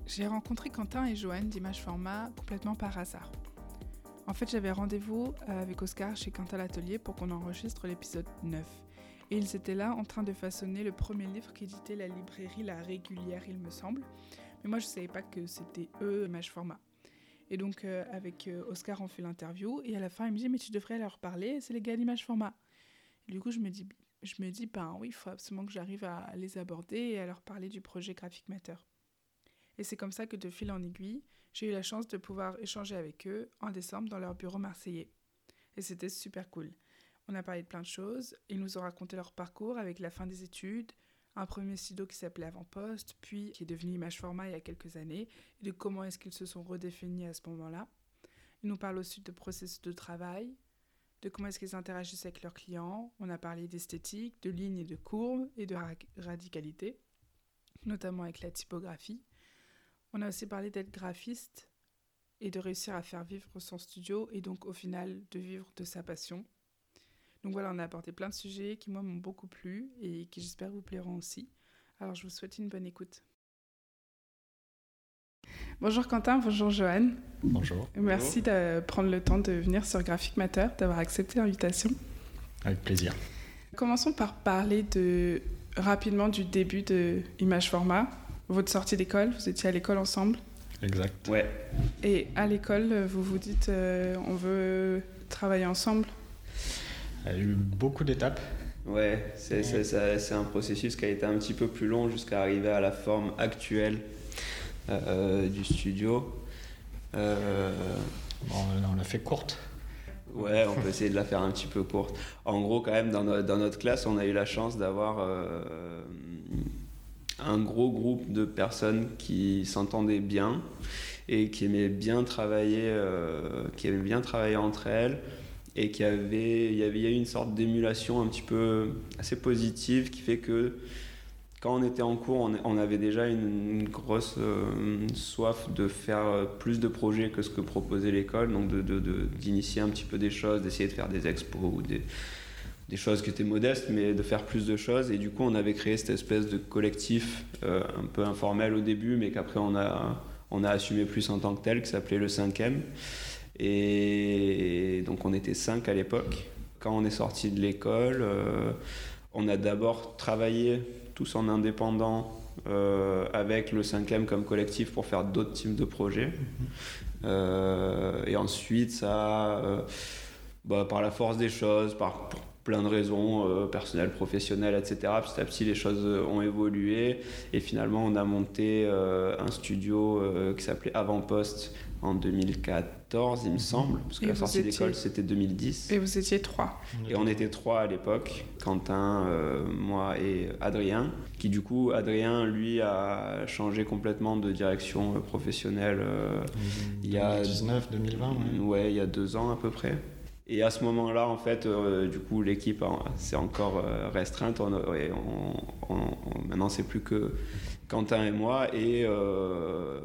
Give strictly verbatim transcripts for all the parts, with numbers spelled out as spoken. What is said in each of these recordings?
J'ai rencontré Quentin et Joanne d'Image Format complètement par hasard. En fait, j'avais rendez-vous avec Oscar chez Quentin l'Atelier pour qu'on enregistre l'épisode neuf. Et ils étaient là en train de façonner le premier livre qu'éditait la librairie La Régulière, il me semble. Mais moi, je ne savais pas que c'était eux, Image Format. Et donc, euh, avec euh, Oscar, on fait l'interview. Et à la fin, il me dit « Mais tu devrais leur parler, c'est les gars d'Image Format. » Et du coup, je me dis, je me dis ben oui, il faut absolument que j'arrive à les aborder et à leur parler du projet Graphic Matter. Et c'est comme ça que de fil en aiguille, j'ai eu la chance de pouvoir échanger avec eux en décembre dans leur bureau marseillais. Et c'était super cool. On a parlé de plein de choses. Ils nous ont raconté leur parcours avec la fin des études, un premier studio qui s'appelait Avant-Poste, puis qui est devenu Image Format il y a quelques années, et de comment est-ce qu'ils se sont redéfinis à ce moment-là. Ils nous parlent aussi de processus de travail, de comment est-ce qu'ils interagissent avec leurs clients. On a parlé d'esthétique, de lignes et de courbes, et de ra- radicalité, notamment avec la typographie. On a aussi parlé d'être graphiste et de réussir à faire vivre son studio et donc au final de vivre de sa passion. Donc voilà, on a abordé plein de sujets qui moi m'ont beaucoup plu et qui j'espère vous plairont aussi. Alors je vous souhaite une bonne écoute. Bonjour Quentin, bonjour Joanne. Bonjour. Merci de prendre le temps de venir sur Graphic Matter, d'avoir accepté l'invitation. Avec plaisir. Commençons par parler de, rapidement du début de Image Format. Votre sortie d'école, vous étiez à l'école ensemble. Exact. Ouais. Et à l'école, vous vous dites, euh, on veut travailler ensemble. Il y a eu beaucoup d'étapes. Ouais, c'est, c'est, c'est, c'est un processus qui a été un petit peu plus long jusqu'à arriver à la forme actuelle euh, du studio. Euh... Bon, on l'a fait courte. Ouais, on peut essayer de la faire un petit peu courte. En gros, quand même, dans, no- dans notre classe, on a eu la chance d'avoir euh, un gros groupe de personnes qui s'entendaient bien et qui aimaient bien travailler, euh, qui aimaient bien travailler entre elles. Et qu'il y avait, il y avait, il y a eu une sorte d'émulation un petit peu assez positive qui fait que quand on était en cours, on, on avait déjà une, une grosse euh, soif de faire plus de projets que ce que proposait l'école, donc de, de, de, d'initier un petit peu des choses, d'essayer de faire des expos ou des, des choses qui étaient modestes, mais de faire plus de choses. Et du coup, on avait créé cette espèce de collectif euh, un peu informel au début, mais qu'après on a, on a assumé plus en tant que tel, qui s'appelait le cinquième. Et donc on était cinq à l'époque. Quand on est sorti de l'école, euh, on a d'abord travaillé tous en indépendant euh, avec le cinquième comme collectif pour faire d'autres types de projets. Euh, et ensuite, ça, euh, bah, par la force des choses, par pour plein de raisons euh, personnelles, professionnelles, et cetera. Petit à petit, les choses ont évolué et finalement, on a monté euh, un studio euh, qui s'appelait Avant-Poste en deux mille quatorze, il me semble, parce que Et la sortie étiez... d'école, c'était deux mille dix. Et vous étiez trois. Et on était trois à l'époque, Quentin, euh, moi et Adrien, qui du coup, Adrien, lui, a changé complètement de direction professionnelle euh, il y a... deux mille dix-neuf deux mille vingt, ouais. Ouais, il y a deux ans à peu près. Et à ce moment-là, en fait, euh, du coup, l'équipe hein, s'est encore euh, restreinte. On, ouais, on, on, on, maintenant, c'est plus que Quentin et moi. Et euh,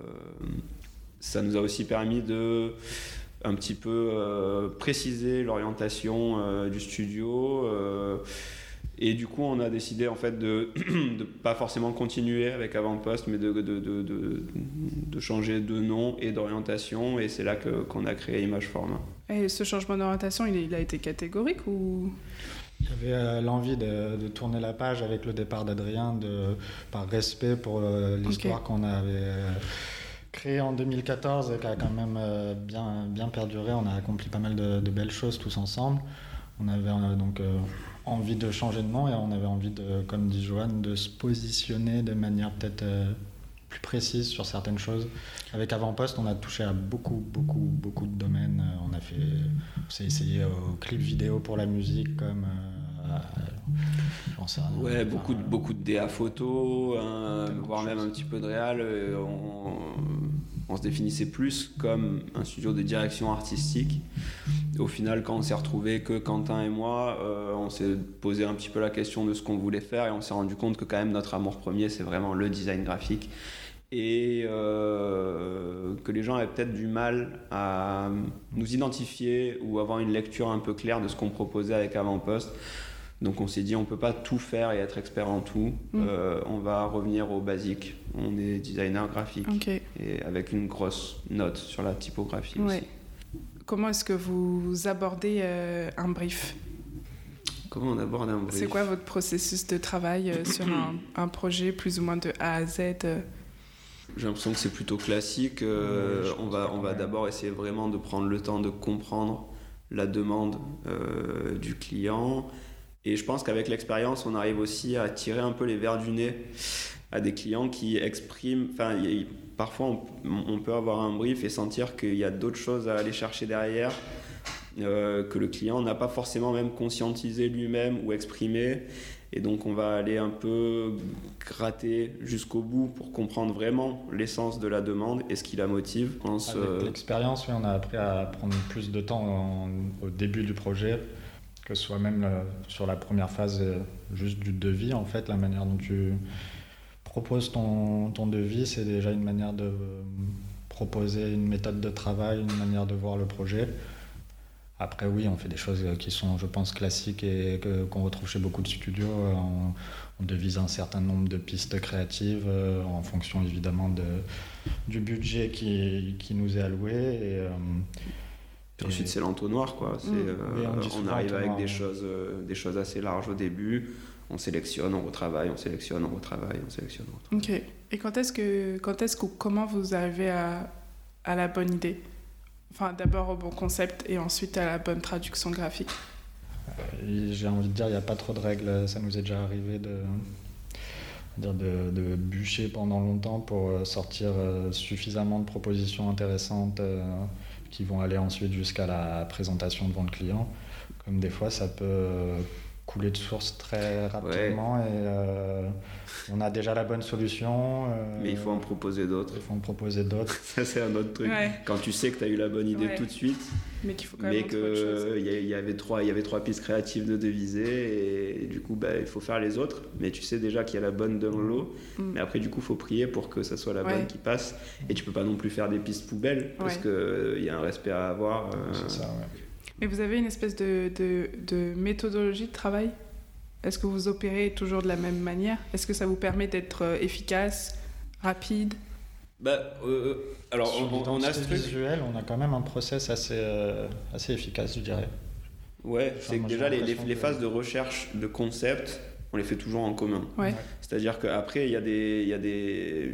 ça nous a aussi permis de un petit peu euh, préciser l'orientation euh, du studio. Euh, et du coup, on a décidé en fait de ne pas forcément continuer avec Avant-Poste, mais de, de, de, de, de changer de nom et d'orientation. Et c'est là que, qu'on a créé Image Format. Et ce changement d'orientation, il, il a été catégorique ou... Il y avait euh, l'envie de, de tourner la page avec le départ d'Adrien, de, par respect pour euh, l'histoire okay. qu'on avait euh, créée en deux mille quatorze et qui a quand même euh, bien, bien perduré. On a accompli pas mal de, de belles choses tous ensemble. On avait euh, donc euh, envie de changer de nom et on avait envie, de, comme dit Joanne, de se positionner de manière peut-être euh, plus précise sur certaines choses. Avec Avant-Poste, on a touché à beaucoup, beaucoup, beaucoup de domaines. On a fait, on s'est essayé au clip vidéo pour la musique, comme euh, j'en sais rien. Ouais, enfin, beaucoup de beaucoup de D A photo, hein, voire même un petit peu de réal. On, on se définissait plus comme un studio de direction artistique. Au final, quand on s'est retrouvés que Quentin et moi, euh, on s'est posé un petit peu la question de ce qu'on voulait faire et on s'est rendu compte que quand même notre amour premier, c'est vraiment le design graphique. Et euh, que les gens avaient peut-être du mal à nous identifier ou avoir une lecture un peu claire de ce qu'on proposait avec Avant-Poste. Donc on s'est dit on peut pas tout faire et être expert en tout. Mmh. Euh, on va revenir aux basiques. On est designer graphique okay. et avec une grosse note sur la typographie ouais. aussi. Comment est-ce que vous abordez euh, un brief ? Comment on aborde un brief ? C'est quoi votre processus de travail euh, sur un, un projet plus ou moins de A à Z ? euh... J'ai l'impression que c'est plutôt classique. Euh, oui, on va, on va d'abord essayer vraiment de prendre le temps de comprendre la demande euh, du client. Et je pense qu'avec l'expérience, on arrive aussi à tirer un peu les verres du nez à des clients qui expriment... Enfin, y a, parfois, on, on peut avoir un brief et sentir qu'il y a d'autres choses à aller chercher derrière, euh, que le client n'a pas forcément même conscientisé lui-même ou exprimé. Et donc, on va aller un peu gratter jusqu'au bout pour comprendre vraiment l'essence de la demande et ce qui la motive. Avec euh... l'expérience, oui, on a appris à prendre plus de temps en, au début du projet, que ce soit même euh, sur la première phase euh, juste du devis, en fait, la manière dont tu proposes ton, ton devis, c'est déjà une manière de euh, proposer une méthode de travail, une manière de voir le projet. Après, oui, on fait des choses qui sont, je pense, classiques et que, qu'on retrouve chez beaucoup de studios. On, on devise un certain nombre de pistes créatives euh, en fonction, évidemment, de, du budget qui, qui nous est alloué. Et, euh, et ensuite, et... c'est l'entonnoir, quoi. C'est, mmh. euh, oui, on, on arrive avec des choses, euh, des choses assez larges au début. On sélectionne, on retravaille, on sélectionne, on retravaille, on sélectionne, on retravaille. Ok. Et quand est-ce que, quand est-ce que, comment vous arrivez à, à la bonne idée ? Enfin, d'abord au bon concept et ensuite à la bonne traduction graphique. Euh, j'ai envie de dire, il n'y a pas trop de règles. Ça nous est déjà arrivé de, de, de bûcher pendant longtemps pour sortir suffisamment de propositions intéressantes euh, qui vont aller ensuite jusqu'à la présentation devant le client. Comme des fois, ça peut couler de source très rapidement ouais. et euh, on a déjà la bonne solution. Euh, Mais il faut en proposer d'autres. Il faut en proposer d'autres. Ça, c'est un autre truc. Ouais. Quand tu sais que tu as eu la bonne idée ouais. tout de suite, mais qu'il faut quand même mais qu'il y, y, avait trois, y avait trois pistes créatives de deviser et, et du coup, bah, il faut faire les autres. Mais tu sais déjà qu'il y a la bonne dans l'eau. Mm. Mais après, du coup, il faut prier pour que ça soit la ouais. bonne qui passe. Et tu peux pas non plus faire des pistes poubelles parce ouais. qu'il euh, y a un respect à avoir. Euh... C'est ça, ouais. Mais vous avez une espèce de, de, de méthodologie de travail ? Est-ce que vous opérez toujours de la même manière ? Est-ce que ça vous permet d'être efficace, rapide ? Bah, euh, alors, sur on, on a ce truc visuel, on a quand même un process assez, euh, assez efficace, je dirais. Ouais, enfin, c'est que déjà les, les, les phases de recherche de concept, on les fait toujours en commun. Ouais. C'est-à-dire qu'après, il y a des, il y a des,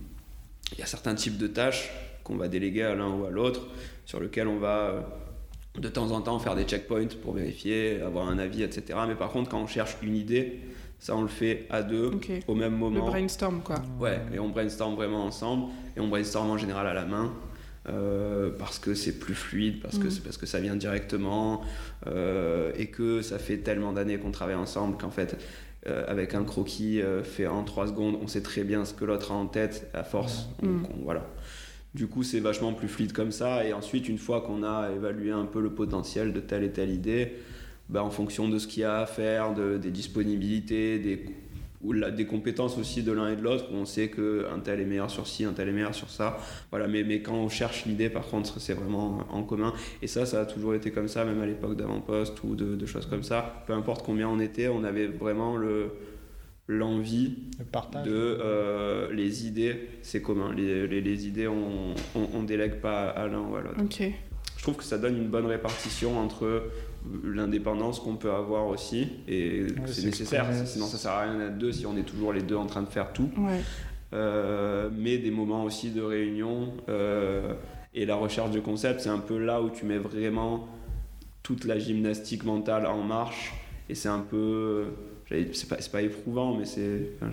il y a certains types de tâches qu'on va déléguer à l'un ou à l'autre, sur lesquelles on va de temps en temps faire des checkpoints pour vérifier, avoir un avis, et cetera. Mais par contre, quand on cherche une idée, ça on le fait à deux, okay. au même moment. Le brainstorm, quoi. Ouais, et on brainstorm vraiment ensemble, et on brainstorm en général à la main, euh, parce que c'est plus fluide, parce, mmh. que c'est parce que ça vient directement, euh, et que ça fait tellement d'années qu'on travaille ensemble qu'en fait, euh, avec un croquis euh, fait en trois secondes, on sait très bien ce que l'autre a en tête, à force. Mmh. Donc, on, voilà. Du coup, c'est vachement plus fluide comme ça. Et ensuite, une fois qu'on a évalué un peu le potentiel de telle et telle idée, bah, en fonction de ce qu'il y a à faire, de, des disponibilités, des, ou la, des compétences aussi de l'un et de l'autre, on sait qu'un tel est meilleur sur ci, un tel est meilleur sur ça. Voilà, mais, mais quand on cherche l'idée, par contre, c'est vraiment en commun. Et ça, ça a toujours été comme ça, même à l'époque d'Avant-Poste ou de, de choses comme ça. Peu importe combien on était, on avait vraiment le... l'envie de euh, les idées, c'est commun. Les, les, les idées, on, on, on délègue pas à l'un ou à l'autre. Okay. Je trouve que ça donne une bonne répartition entre l'indépendance qu'on peut avoir aussi, et ouais, c'est, c'est nécessaire, sinon ça sert à rien d'être deux si on est toujours les deux en train de faire tout. Ouais. Euh, mais des moments aussi de réunion euh, et la recherche de concepts, c'est un peu là où tu mets vraiment toute la gymnastique mentale en marche, et c'est un peu... C'est pas, c'est pas éprouvant, mais c'est... Enfin,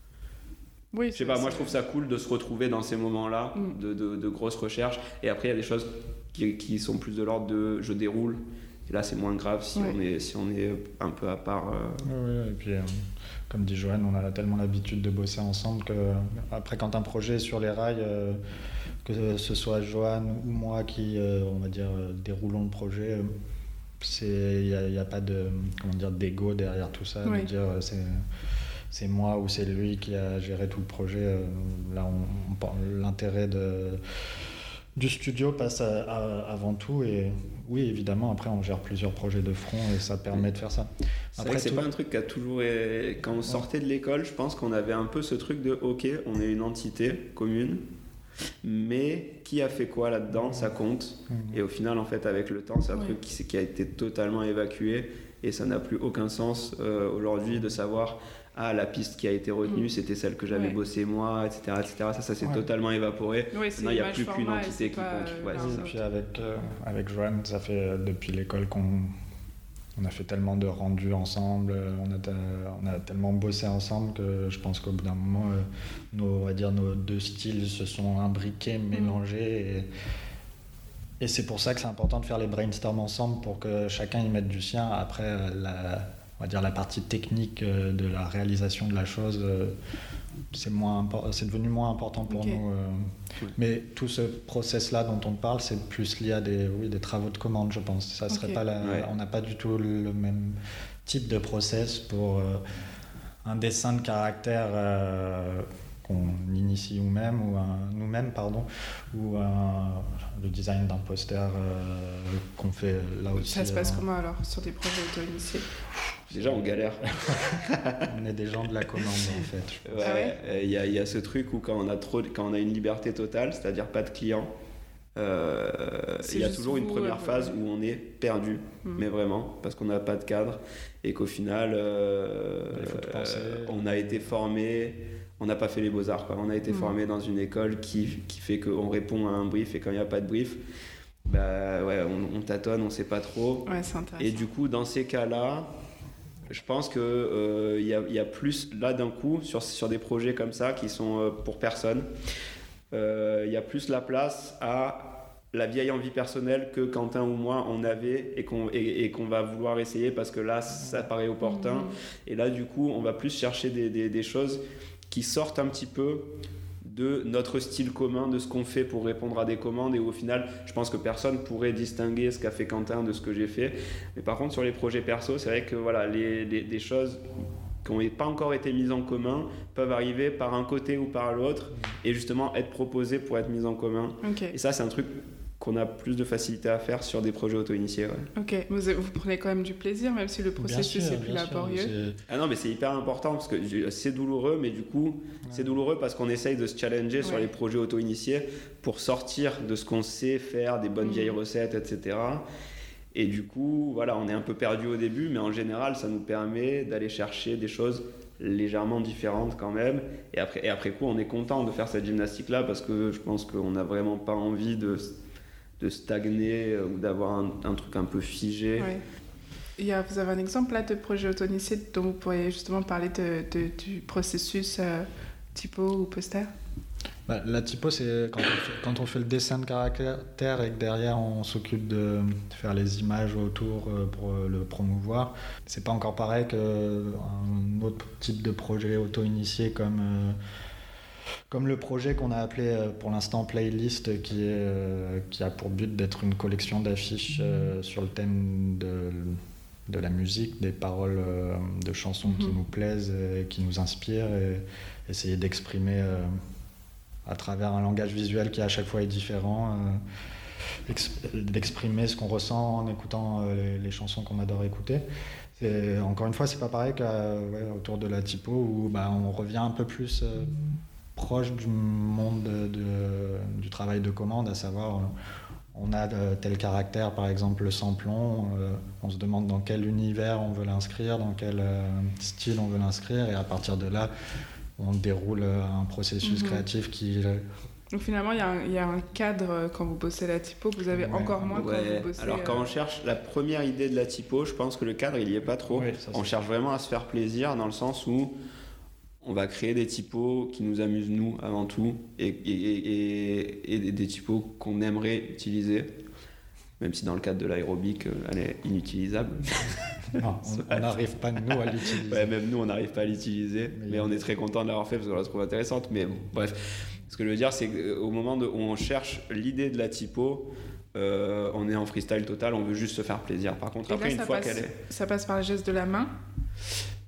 je... Oui, je sais pas, moi je trouve ça cool de se retrouver dans ces moments-là, mm. de, de, de grosses recherches. Et après, il y a des choses qui, qui sont plus de l'ordre de je déroule. Et là, c'est moins grave si, ouais. on, est, si on est un peu à part. Euh... Oui, oui, et puis, euh, comme dit Joanne, on a tellement l'habitude de bosser ensemble que, après, quand un projet est sur les rails, euh, que ce soit Joanne ou moi qui, euh, on va dire, euh, déroulons le projet, euh, il n'y a, a pas de, comment dire, d'ego derrière tout ça, oui. de dire c'est, c'est moi ou c'est lui qui a géré tout le projet. Là, on, on, l'intérêt de, du studio passe à, à, avant tout. Et oui, évidemment, après, on gère plusieurs projets de front et ça permet de faire ça. C'est après, vrai que c'est tout... pas un truc qui a toujours... Quand on sortait de l'école, je pense qu'on avait un peu ce truc de « Ok, on est une entité commune, mais qui a fait quoi là-dedans, ça compte. Mmh. » Et au final, en fait, avec le temps, c'est un ouais. truc qui, qui a été totalement évacué et ça n'a plus aucun sens euh, aujourd'hui de savoir... Ah, la piste qui a été retenue, mmh. c'était celle que j'avais ouais. bossé moi, et cetera, et cetera. Ça, ça s'est ouais. totalement évaporé. Oui, maintenant, il n'y a plus qu'une entité qui pas, compte. Euh, ouais, et puis avec, euh, avec Joanne, ça fait euh, depuis l'école qu'on on a fait tellement de rendus ensemble, on a, te, on a tellement bossé ensemble que je pense qu'au bout d'un moment, euh, nos, on va dire, nos deux styles se sont imbriqués, mélangés. Et, et c'est pour ça que c'est important de faire les brainstorms ensemble pour que chacun y mette du sien. Après, la... on va dire la partie technique de la réalisation de la chose, c'est, moins impor- c'est devenu moins important pour okay. nous. Ouais. Mais tout ce process-là dont on parle, c'est plus lié à des, oui, des travaux de commande, je pense. Ça serait okay. pas la, ouais. On n'a pas du tout le même type de process pour euh, un dessin de caractère euh, qu'on initie nous-mêmes, ou un, nous-mêmes, pardon, ou un, le design d'un poster euh, qu'on fait là aussi. Ça se passe euh, comment alors, sur des projets auto-initiés ? Déjà, on galère. On est des gens de la commande, en fait. Il ouais, ah ouais y, y a ce truc où quand on a, trop, quand on a une liberté totale, c'est-à-dire pas de clients, il euh, y a toujours une première euh, phase où on est perdu, mmh. mais vraiment, parce qu'on n'a pas de cadre, et qu'au final, euh, euh, on a été formé, on n'a pas fait les beaux-arts, quoi. On a été mmh. formé dans une école qui, qui fait qu'on répond à un brief, et quand il n'y a pas de brief, bah, ouais, on, on tâtonne, on ne sait pas trop. Ouais, c'est intéressant. Et du coup, dans ces cas-là, je pense qu'il euh, y, y a plus, là d'un coup, sur, sur des projets comme ça qui sont euh, pour personne, il euh, y a plus la place à la vieille envie personnelle que Quentin ou moi on avait et qu'on, et, et qu'on va vouloir essayer parce que là ça paraît opportun. Mmh. Et là du coup on va plus chercher des, des, des choses qui sortent un petit peu de notre style commun, de ce qu'on fait pour répondre à des commandes, et au final je pense que personne pourrait distinguer ce qu'a fait Quentin de ce que j'ai fait. Mais par contre sur les projets perso, c'est vrai que voilà, les, les, des choses qui n'ont pas encore été mises en commun peuvent arriver par un côté ou par l'autre et justement être proposées pour être mises en commun. Okay. Et ça c'est un truc qu'on a plus de facilité à faire sur des projets auto-initiés. Ouais. Ok, vous, vous prenez quand même du plaisir, même si le processus sûr, est plus laborieux. Sûr, ah non, mais c'est hyper important parce que c'est douloureux, mais du coup, ouais. c'est douloureux parce qu'on essaye de se challenger ouais. sur les projets auto-initiés pour sortir de ce qu'on sait faire, des bonnes mmh. vieilles recettes, et cetera. Et du coup, voilà, on est un peu perdu au début, mais en général, ça nous permet d'aller chercher des choses légèrement différentes quand même. Et après, et après coup, on est content de faire cette gymnastique-là parce que je pense qu'on n'a vraiment pas envie de... de stagner ou d'avoir un, un truc un peu figé. Ouais. Il y a, vous avez un exemple là de projet auto-initié dont vous pourriez justement parler de, de, du processus euh, typo ou poster ? Bah, la typo, c'est quand on, fait, quand on fait le dessin de caractère et que derrière on s'occupe de faire les images autour pour le promouvoir. C'est pas encore pareil qu'un autre type de projet auto-initié comme... Euh, Comme le projet qu'on a appelé pour l'instant Playlist, qui, est, euh, qui a pour but d'être une collection d'affiches euh, sur le thème de, de la musique, des paroles euh, de chansons mm-hmm. qui nous plaisent et qui nous inspirent, et essayer d'exprimer euh, à travers un langage visuel qui à chaque fois est différent, euh, ex- d'exprimer ce qu'on ressent en écoutant euh, les, les chansons qu'on adore écouter. Et encore une fois, c'est pas pareil qu'autour ouais, de la typo où bah, on revient un peu plus... Euh, proche du monde de, de, du travail de commande, à savoir on a tel caractère, par exemple le samplon, euh, on se demande dans quel univers on veut l'inscrire, dans quel euh, style on veut l'inscrire, et à partir de là on déroule un processus mmh. créatif qui... Donc finalement il y, y a un cadre quand vous bossez la typo, vous avez ouais. encore moins ouais. quand vous bossez... Alors quand euh... on cherche la première idée de la typo, je pense que le cadre il y est pas trop. Oui, ça, on cherche vraiment à se faire plaisir dans le sens où on va créer des typos qui nous amusent nous avant tout et, et, et, et des typos qu'on aimerait utiliser, même si dans le cadre de l'aérobic elle est inutilisable. Non, on n'arrive pas nous à l'utiliser. Ouais, même nous on n'arrive pas à l'utiliser, mais, mais on est très content de l'avoir fait parce qu'on la trouve intéressante. Mais bon, bref, ce que je veux dire c'est qu'au moment de, où on cherche l'idée de la typo, euh, on est en freestyle total, on veut juste se faire plaisir. Par contre, et après là, une ça fois passe, qu'elle est... ça passe par le geste de la main.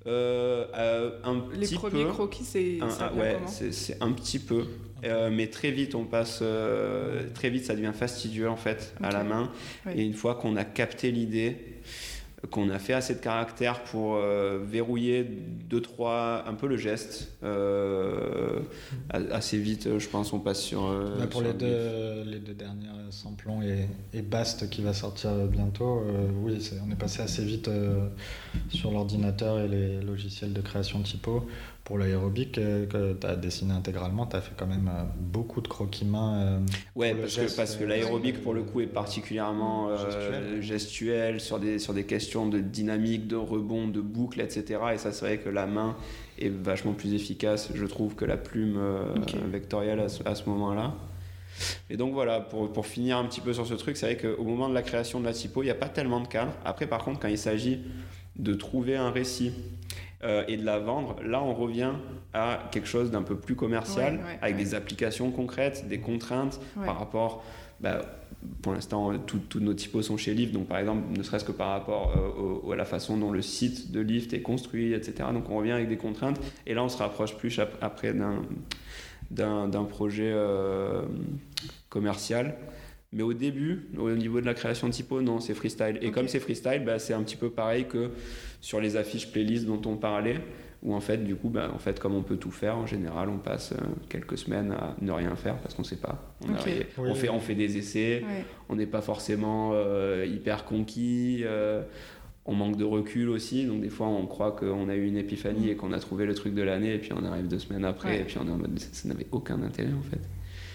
euh, euh, un Les petit premiers peu. croquis, c'est Un- ça un- vient ouais, comment c'est, c'est un petit peu. Euh, mais très vite, on passe. euh, très vite, ça devient fastidieux en fait à Ok. la main. Ouais. Et une fois qu'on a capté l'idée, qu'on a fait assez de caractère pour euh, verrouiller deux trois un peu le geste, euh, assez vite, je pense, on passe sur. Euh, Bah, pour sur les le deux, les deux dernières, Samplon et, et Bast qui va sortir bientôt, euh, oui, c'est- on est passé assez vite euh, sur l'ordinateur et les logiciels de création typo. Pour l'aérobic, euh, que tu as dessiné intégralement, tu as fait quand même euh, beaucoup de croquis-mains. euh, Ouais, pour le parce, geste, que, parce que euh, l'aérobic, euh, pour le coup, est particulièrement euh, gestuel. gestuel, sur des, sur des questions de dynamique, de rebond, de boucle, et cetera. Et ça, c'est vrai que la main est vachement plus efficace, je trouve, que la plume euh, Ok. vectorielle à ce, à ce moment-là. Et donc voilà, pour, pour finir un petit peu sur ce truc, c'est vrai qu'au moment de la création de la typo, il n'y a pas tellement de cadre. Après, par contre, quand il s'agit de trouver un récit euh, et de la vendre, là, on revient à quelque chose d'un peu plus commercial, Ouais, ouais, avec ouais. des applications concrètes, des contraintes Ouais. par rapport... Bah, pour l'instant, tous nos typos sont chez Lyft, donc par exemple, ne serait-ce que par rapport euh, au, à la façon dont le site de Lyft est construit, et cetera. Donc on revient avec des contraintes, et là on se rapproche plus ap- après d'un, d'un, d'un projet euh, commercial. Mais au début, au niveau de la création de typo, non, c'est freestyle. Et Ok. comme c'est freestyle, bah, c'est un petit peu pareil que sur les affiches playlist dont on parlait, où en fait, du coup, bah, en fait, comme on peut tout faire, en général, on passe euh, quelques semaines à ne rien faire parce qu'on ne sait pas. On, Ok. arrive- Oui, on, fait, oui. on fait des essais, Ouais. on n'est pas forcément euh, hyper conquis, euh, on manque de recul aussi, donc des fois on croit qu'on a eu une épiphanie Mm. et qu'on a trouvé le truc de l'année, et puis on arrive deux semaines après, Ouais. et puis on est en mode ça, ça n'avait aucun intérêt en fait.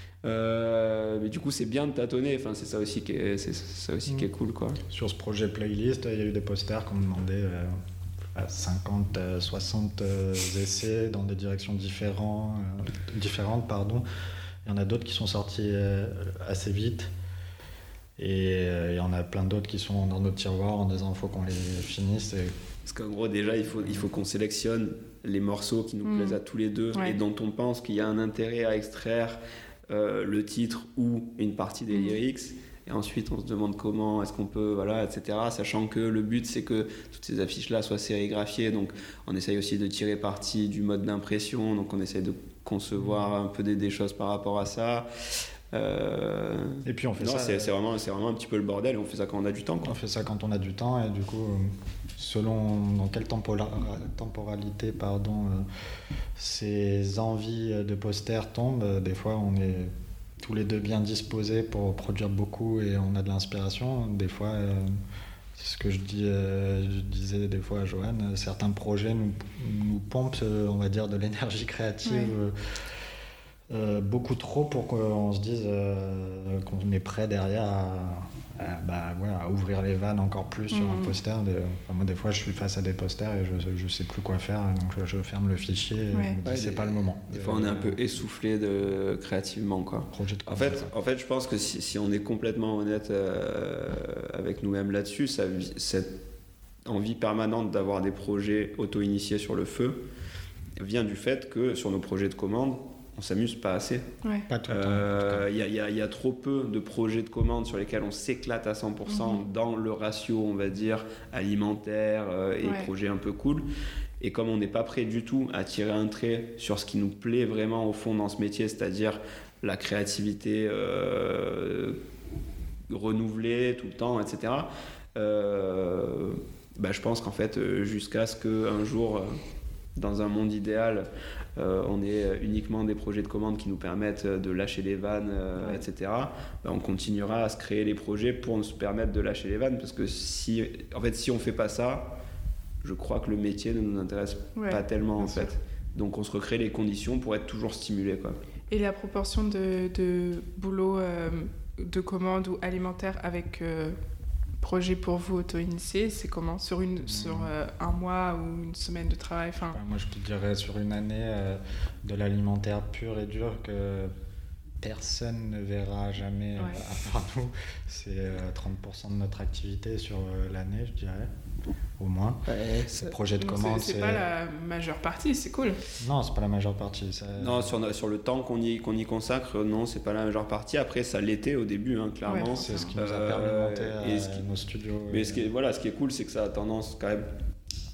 Euh, mais du coup c'est bien de tâtonner, enfin, c'est ça aussi qui est, c'est ça aussi Mm. qui est cool quoi. Sur ce projet playlist, il y a eu des posters qui ont demandé euh, à cinquante, euh, soixante euh, essais dans des directions différents, euh, différentes. Pardon. Il y en a d'autres qui sont sortis euh, assez vite. Et euh, il y en a plein d'autres qui sont dans notre tiroir en disant qu'il faut qu'on les finisse. Et... Parce qu'en gros déjà il faut, il faut qu'on sélectionne les morceaux qui nous Mm. plaisent à tous les deux Ouais. et dont on pense qu'il y a un intérêt à extraire euh, le titre ou une partie des Mm. lyrics. Et ensuite, on se demande comment, est-ce qu'on peut, voilà, et cetera. Sachant que le but, c'est que toutes ces affiches-là soient sérigraphiées. Donc, on essaye aussi de tirer parti du mode d'impression. Donc, on essaye de concevoir un peu des, des choses par rapport à ça. Euh... Et puis, on fait non, ça. c'est, c'est, vraiment, c'est vraiment un petit peu le bordel. Et on fait ça quand on a du temps, quoi. On fait ça quand on a du temps. Et du coup, euh, selon dans quelle tempora- temporalité pardon, euh, ces envies de posters tombent, euh, des fois, on est tous les deux bien disposés pour produire beaucoup et on a de l'inspiration. Des fois, euh, c'est ce que je, dis, euh, je disais des fois à Joanne, euh, certains projets nous, nous pompent, euh, on va dire, de l'énergie créative Ouais. euh, euh, beaucoup trop pour qu'on se dise euh, qu'on est prêt derrière à, à, bah, ouais, à ouvrir les vannes encore plus sur Mhm. un poster. De, enfin, moi, des fois, je suis face à des posters et je ne sais plus quoi faire, donc je, je ferme le fichier et Ouais. je me dis, Ouais, c'est des- pas le moment. Des fois, on est un peu essoufflé de, créativement, quoi. Projet de En fait, en fait, je pense que si, si on est complètement honnête euh, avec nous-mêmes là-dessus, ça, cette envie permanente d'avoir des projets auto-initiés sur le feu vient du fait que sur nos projets de commande, on s'amuse pas assez. Ouais. Pas tout le temps. en Euh, tout Il y, a- il y a- il y a trop peu de projets de commande sur lesquels on s'éclate à cent pour cent Mhm. dans le ratio, on va dire, alimentaire euh, et Ouais. projets un peu cool. Et comme on n'est pas prêt du tout à tirer un trait sur ce qui nous plaît vraiment au fond dans ce métier, c'est-à-dire la créativité euh, renouvelée tout le temps, et cetera, euh, bah, je pense qu'en fait, euh, jusqu'à ce qu'un jour, euh, dans un monde idéal, euh, on ait uniquement des projets de commande qui nous permettent de lâcher les vannes, euh, Ouais. et cetera, bah, on continuera à se créer les projets pour nous permettre de lâcher les vannes, parce que si, en fait, si on fait pas ça, je crois que le métier ne nous intéresse Ouais, pas tellement en bien sûr. fait. Donc on se recrée les conditions pour être toujours stimulé, quoi. Et la proportion de, de boulot euh, de commande ou alimentaire avec euh, projet pour vous auto-initié, c'est comment sur, une, sur euh, un mois ou une semaine de travail enfin... Enfin, moi, je te dirais sur une année euh, de l'alimentaire pur et dur que personne ne verra jamais euh, Ouais. à part nous. C'est euh, trente pour cent de notre activité sur euh, l'année, je dirais, au moins. Le projet de Donc commande, c'est, c'est pas la majeure partie, c'est cool. Non, c'est pas la majeure partie. Ça... Non, sur, no- sur le temps qu'on y, qu'on y consacre, non, c'est pas la majeure partie. Après, ça l'était au début, hein, clairement. Ouais. C'est ce qui nous a Euh, permis de monter et euh, ce qui- nos studios. Mais et- ce qui est, voilà, ce qui est cool, c'est que ça a tendance quand même,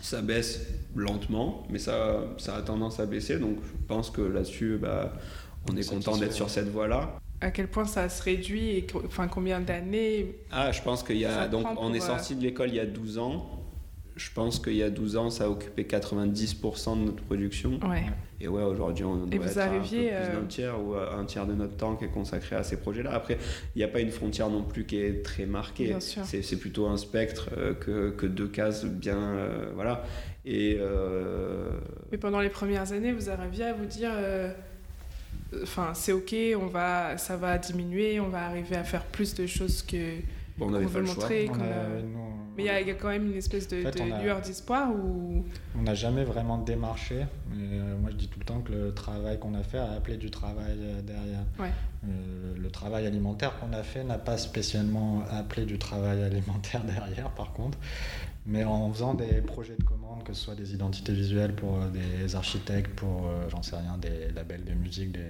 ça baisse lentement, mais ça, ça a tendance à baisser. Donc je pense que là-dessus, bah, on est content d'être sur cette voie-là. À quel point ça se réduit et enfin, combien d'années? Ah, je pense qu'il y a. Donc on est sorti euh... de l'école il y a douze ans. Je pense qu'il y a douze ans, ça a occupé quatre-vingt-dix pour cent de notre production. Ouais. Et ouais, aujourd'hui, on doit être arriviez, un peu plus euh... d'un tiers ou un tiers de notre temps qui est consacré à ces projets-là. Après, il n'y a pas une frontière non plus qui est très marquée. C'est, c'est plutôt un spectre euh, que, que deux cases bien... Euh, voilà. Et... Euh... Mais pendant les premières années, vous arriviez à vous dire... Euh... Enfin, c'est OK, on va, ça va diminuer, on va arriver à faire plus de choses que... Bon, on n'avait pas le choix. Montrer, on a, nous, mais il y, y a quand même une espèce de, en fait, de a, lueur d'espoir ou... On n'a jamais vraiment démarché. Mais, euh, moi, je dis tout le temps que le travail qu'on a fait a appelé du travail euh, derrière. Ouais. Euh, le travail alimentaire qu'on a fait n'a pas spécialement appelé du travail alimentaire derrière, par contre. Mais en faisant des projets de commande, que ce soit des identités visuelles pour euh, des architectes, pour, euh, j'en sais rien, des labels de musique, des...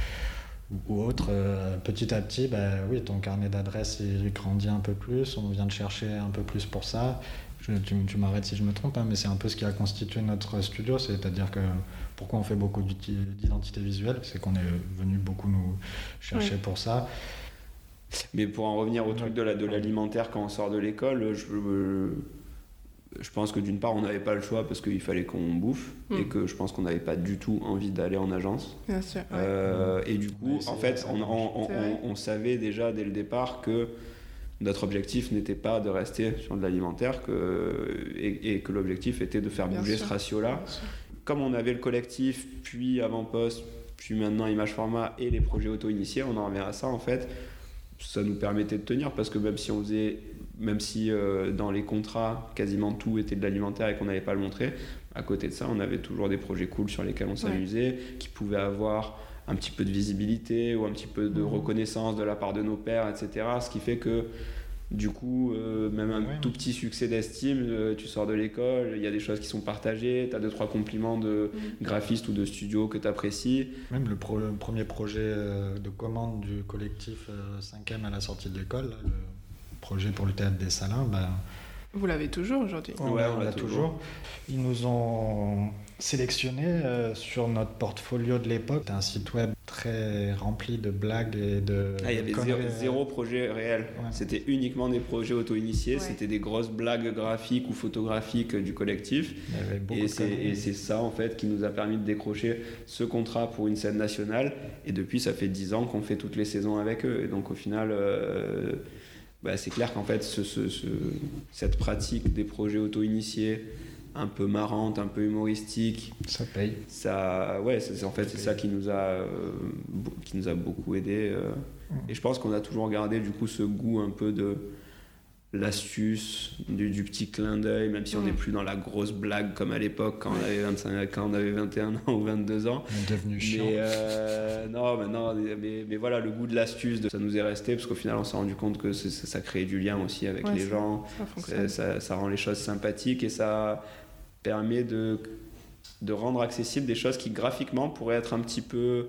ou autre, euh, petit à petit, bah, oui, ton carnet d'adresses il grandit un peu plus, on vient de chercher un peu plus pour ça. Je, tu, tu m'arrêtes si je me trompe, hein, mais c'est un peu ce qui a constitué notre studio, c'est-à-dire que pourquoi on fait beaucoup d'identité visuelle, c'est qu'on est venu beaucoup nous chercher oui. pour ça. Mais pour en revenir au truc de, la, de l'alimentaire quand on sort de l'école, je... je... Je pense que d'une part, on n'avait pas le choix parce qu'il fallait qu'on bouffe mmh. et que je pense qu'on n'avait pas du tout envie d'aller en agence. Bien sûr. Ouais. Euh, et du coup, en fait, on, on, on, on savait déjà dès le départ que notre objectif n'était pas de rester sur de l'alimentaire que, et, et que l'objectif était de faire Bien bouger sûr. ce ratio-là. Comme on avait le collectif, puis Avant-Poste, puis maintenant Image Format et les projets auto-initiés, on en revient à ça en fait. Ça nous permettait de tenir parce que même si on faisait... Même si euh, dans les contrats, quasiment tout était de l'alimentaire et qu'on n'allait pas le montrer, à côté de ça, on avait toujours des projets cool sur lesquels on s'amusait, ouais. qui pouvaient avoir un petit peu de visibilité ou un petit peu de mmh. reconnaissance de la part de nos pairs, et cetera. Ce qui fait que, du coup, euh, même un ouais. tout petit succès d'estime, euh, tu sors de l'école, il y a des choses qui sont partagées, tu as deux, trois compliments de mmh. graphistes ou de studios que tu apprécies. Même le, pro- le premier projet euh, de commande du collectif euh, cinquième à la sortie de l'école, là, le... projet pour le théâtre des Salins, ben, vous l'avez toujours aujourd'hui. Ouais, ouais, on l'a toujours. toujours. Ils nous ont sélectionnés euh, sur notre portfolio de l'époque. C'était un site web très rempli de blagues et de... Ah, il y avait zéro, zéro projet réel. Ouais. C'était uniquement des projets auto-initiés. Ouais. C'était des grosses blagues graphiques ou photographiques du collectif. Il y avait beaucoup et, de c'est, et c'est ça, en fait, qui nous a permis de décrocher ce contrat pour une scène nationale. Et depuis, ça fait dix ans qu'on fait toutes les saisons avec eux. Et donc, au final... Euh, Bah, c'est clair qu'en fait, ce, ce, ce, cette pratique des projets auto-initiés, un peu marrante, un peu humoristique, ça paye. Ça, ouais, c'est, en fait, ça c'est ça qui nous a, euh, qui nous a beaucoup aidé. Euh, mmh. Et je pense qu'on a toujours gardé du coup ce goût un peu de l'astuce, du, du petit clin d'œil, même si mmh. on n'est plus dans la grosse blague comme à l'époque quand on avait vingt-cinq, quand on avait vingt et un ans ou vingt-deux ans. On est devenu chiant. Mais euh, non, mais, non mais, mais voilà, le goût de l'astuce, de, ça nous est resté parce qu'au final on s'est rendu compte que c'est, ça crée du lien aussi avec ouais, les ça, gens. Ça, ça, ça rend les choses sympathiques et ça permet de, de rendre accessibles des choses qui graphiquement pourraient être un petit peu...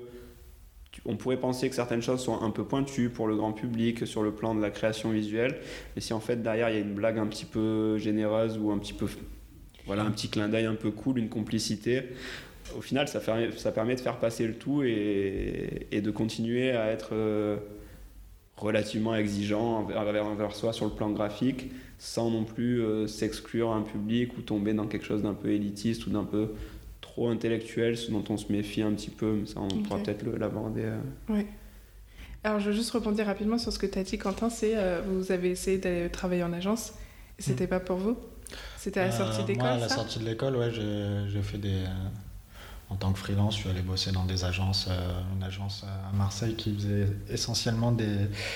On pourrait penser que certaines choses sont un peu pointues pour le grand public sur le plan de la création visuelle, mais si en fait derrière il y a une blague un petit peu généreuse ou un petit peu, voilà, un petit clin d'œil un peu cool, une complicité, au final ça, fait, ça permet de faire passer le tout et, et de continuer à être euh, relativement exigeant envers, envers soi sur le plan graphique, sans non plus euh, s'exclure un public ou tomber dans quelque chose d'un peu élitiste ou d'un peu trop intellectuel, ce dont on se méfie un petit peu, mais ça on okay. pourra peut-être le, l'aborder. Euh. Oui. Alors je veux juste rebondir rapidement sur ce que tu as dit, Quentin, c'est euh, vous avez essayé d'aller travailler en agence et c'était mmh. pas pour vous? C'était à la sortie euh, d'école? Moi, à la ça sortie de l'école, ouais, j'ai, j'ai fait des... Euh, en tant que freelance, je suis allé bosser dans des agences, euh, une agence à Marseille qui faisait essentiellement des...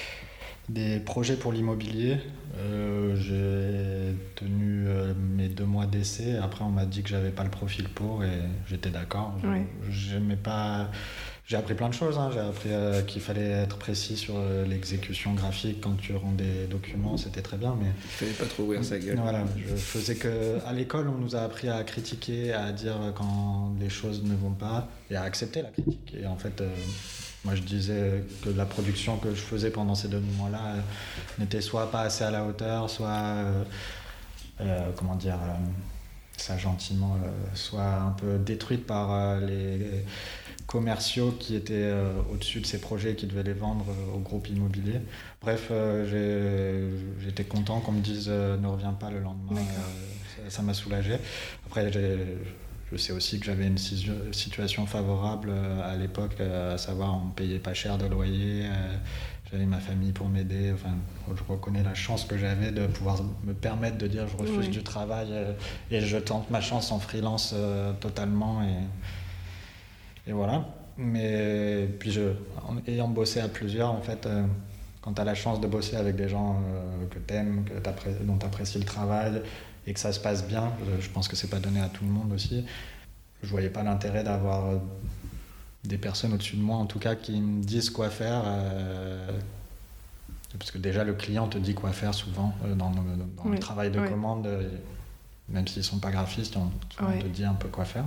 des projets pour l'immobilier. Euh, j'ai tenu euh, mes deux mois d'essai. Après, on m'a dit que j'avais pas le profil pour et j'étais d'accord. Je, oui. j'aimais pas... J'ai appris plein de choses. Hein. J'ai appris euh, qu'il fallait être précis sur euh, l'exécution graphique quand tu rends des documents. C'était très bien, mais... Il fallait pas trop ouvrir sa gueule. Voilà, je faisais que... À l'école, on nous a appris à critiquer, à dire quand les choses ne vont pas et à accepter la critique. Et en fait... Euh, Moi, je disais que la production que je faisais pendant ces deux mois-là euh, n'était soit pas assez à la hauteur, soit, euh, euh, comment dire, euh, ça gentiment euh, soit un peu détruite par euh, les, les commerciaux qui étaient euh, au-dessus de ces projets, qui devaient les vendre euh, au groupe immobilier. Bref, euh, j'ai, j'étais content qu'on me dise euh, ne reviens pas le lendemain. Euh, ça, ça m'a soulagé. Après, j'ai, je sais aussi que j'avais une situation favorable euh, à l'époque, euh, à savoir on ne payait pas cher de loyer. Euh, J'avais ma famille pour m'aider. Enfin, je reconnais la chance que j'avais de pouvoir me permettre de dire je refuse oui. du travail euh, et je tente ma chance en freelance euh, totalement. Et, et voilà. Mais puis, je, en ayant bossé à plusieurs, en fait, euh, quand tu as la chance de bosser avec des gens euh, que tu aimes, que t'appré- dont tu apprécies le travail et que ça se passe bien, je, je pense que c'est pas donné à tout le monde aussi. Je voyais pas l'intérêt d'avoir euh, des personnes au-dessus de moi, en tout cas, qui me disent quoi faire. Euh, parce que déjà, le client te dit quoi faire souvent euh, dans, le, dans oui. le travail de oui. commande. Euh, même s'ils ne sont pas graphistes, on, on oui. te dit un peu quoi faire.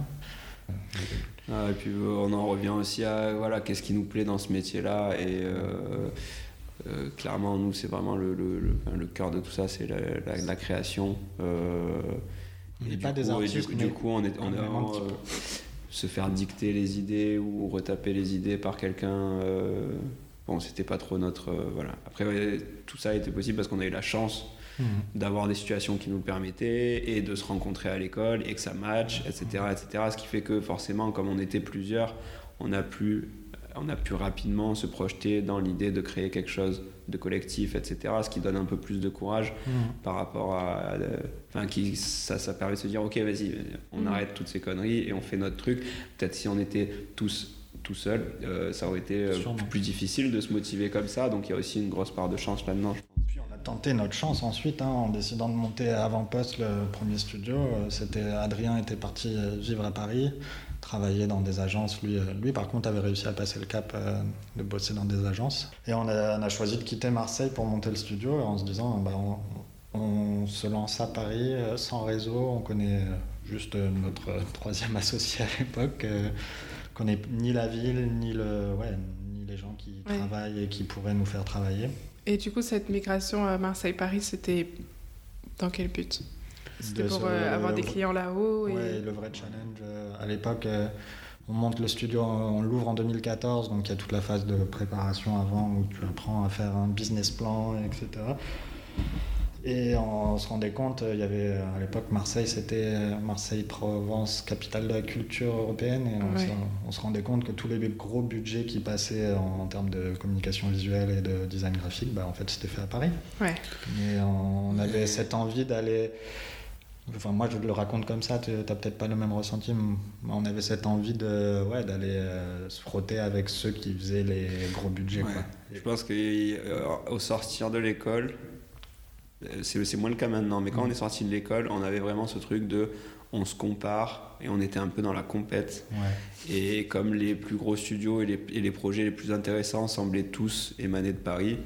Ah, et puis on en revient aussi à voilà, qu'est-ce qui nous plaît dans ce métier-là. Et euh, euh, clairement, nous, c'est vraiment le, le, le, le cœur de tout ça, c'est la, la, la création. Euh, on n'est pas des artistes, du, du coup, on est... On est vraiment, euh, se faire dicter les idées ou retaper les idées par quelqu'un, euh, bon, c'était pas trop notre... Euh, voilà. Après, ouais, tout ça a été possible parce qu'on a eu la chance mmh. d'avoir des situations qui nous le permettaient et de se rencontrer à l'école et que ça match, et cetera, et cetera. Ce qui fait que forcément, comme on était plusieurs, on a pu, on a pu rapidement se projeter dans l'idée de créer quelque chose de collectif, et cetera. Ce qui donne un peu plus de courage mmh. par rapport à... Enfin, qui, ça, ça permet de se dire, ok, vas-y, on mmh. arrête toutes ces conneries et on fait notre truc. Peut-être si on était tous tout seuls, euh, ça aurait été euh, plus, plus difficile de se motiver comme ça. Donc il y a aussi une grosse part de chance là-dedans, je pense. Puis on a tenté notre chance ensuite, hein, en décidant de monter à Avant-Poste le premier studio. C'était, Adrien était parti vivre à Paris, travailler dans des agences. Lui, lui, par contre, avait réussi à passer le cap euh, de bosser dans des agences. Et on a, on a choisi de quitter Marseille pour monter le studio en se disant, bah, on, on se lance à Paris euh, sans réseau. On connaît juste euh, notre euh, troisième associé à l'époque. Euh, on connaît ni la ville, ni, le, ouais, ni les gens qui ouais. travaillent et qui pourraient nous faire travailler. Et du coup, cette migration à Marseille-Paris, c'était dans quel but ? C'était de pour ce, euh, avoir des clients là-haut et... Oui, le vrai challenge. Euh, à l'époque, euh, on monte le studio, on l'ouvre en deux mille quatorze, donc il y a toute la phase de préparation avant où tu apprends à faire un business plan, et cetera. Et on se rendait compte, il y avait à l'époque Marseille, c'était Marseille-Provence, capitale de la culture européenne, et on, ouais. se, on se rendait compte que tous les gros budgets qui passaient en, en termes de communication visuelle et de design graphique, bah, en fait c'était fait à Paris. Ouais. Et on, on avait cette envie d'aller... Enfin, moi, je le raconte comme ça, tu n'as peut-être pas le même ressenti, mais on avait cette envie de, ouais, d'aller euh, se frotter avec ceux qui faisaient les gros budgets. Ouais. Quoi. Je pense qu'au euh, sortir de l'école, c'est, c'est moins le cas maintenant, mais quand mmh. on est sorti de l'école, on avait vraiment ce truc de on se compare et on était un peu dans la compète. Ouais. Et comme les plus gros studios et les, et les projets les plus intéressants semblaient tous émaner de Paris,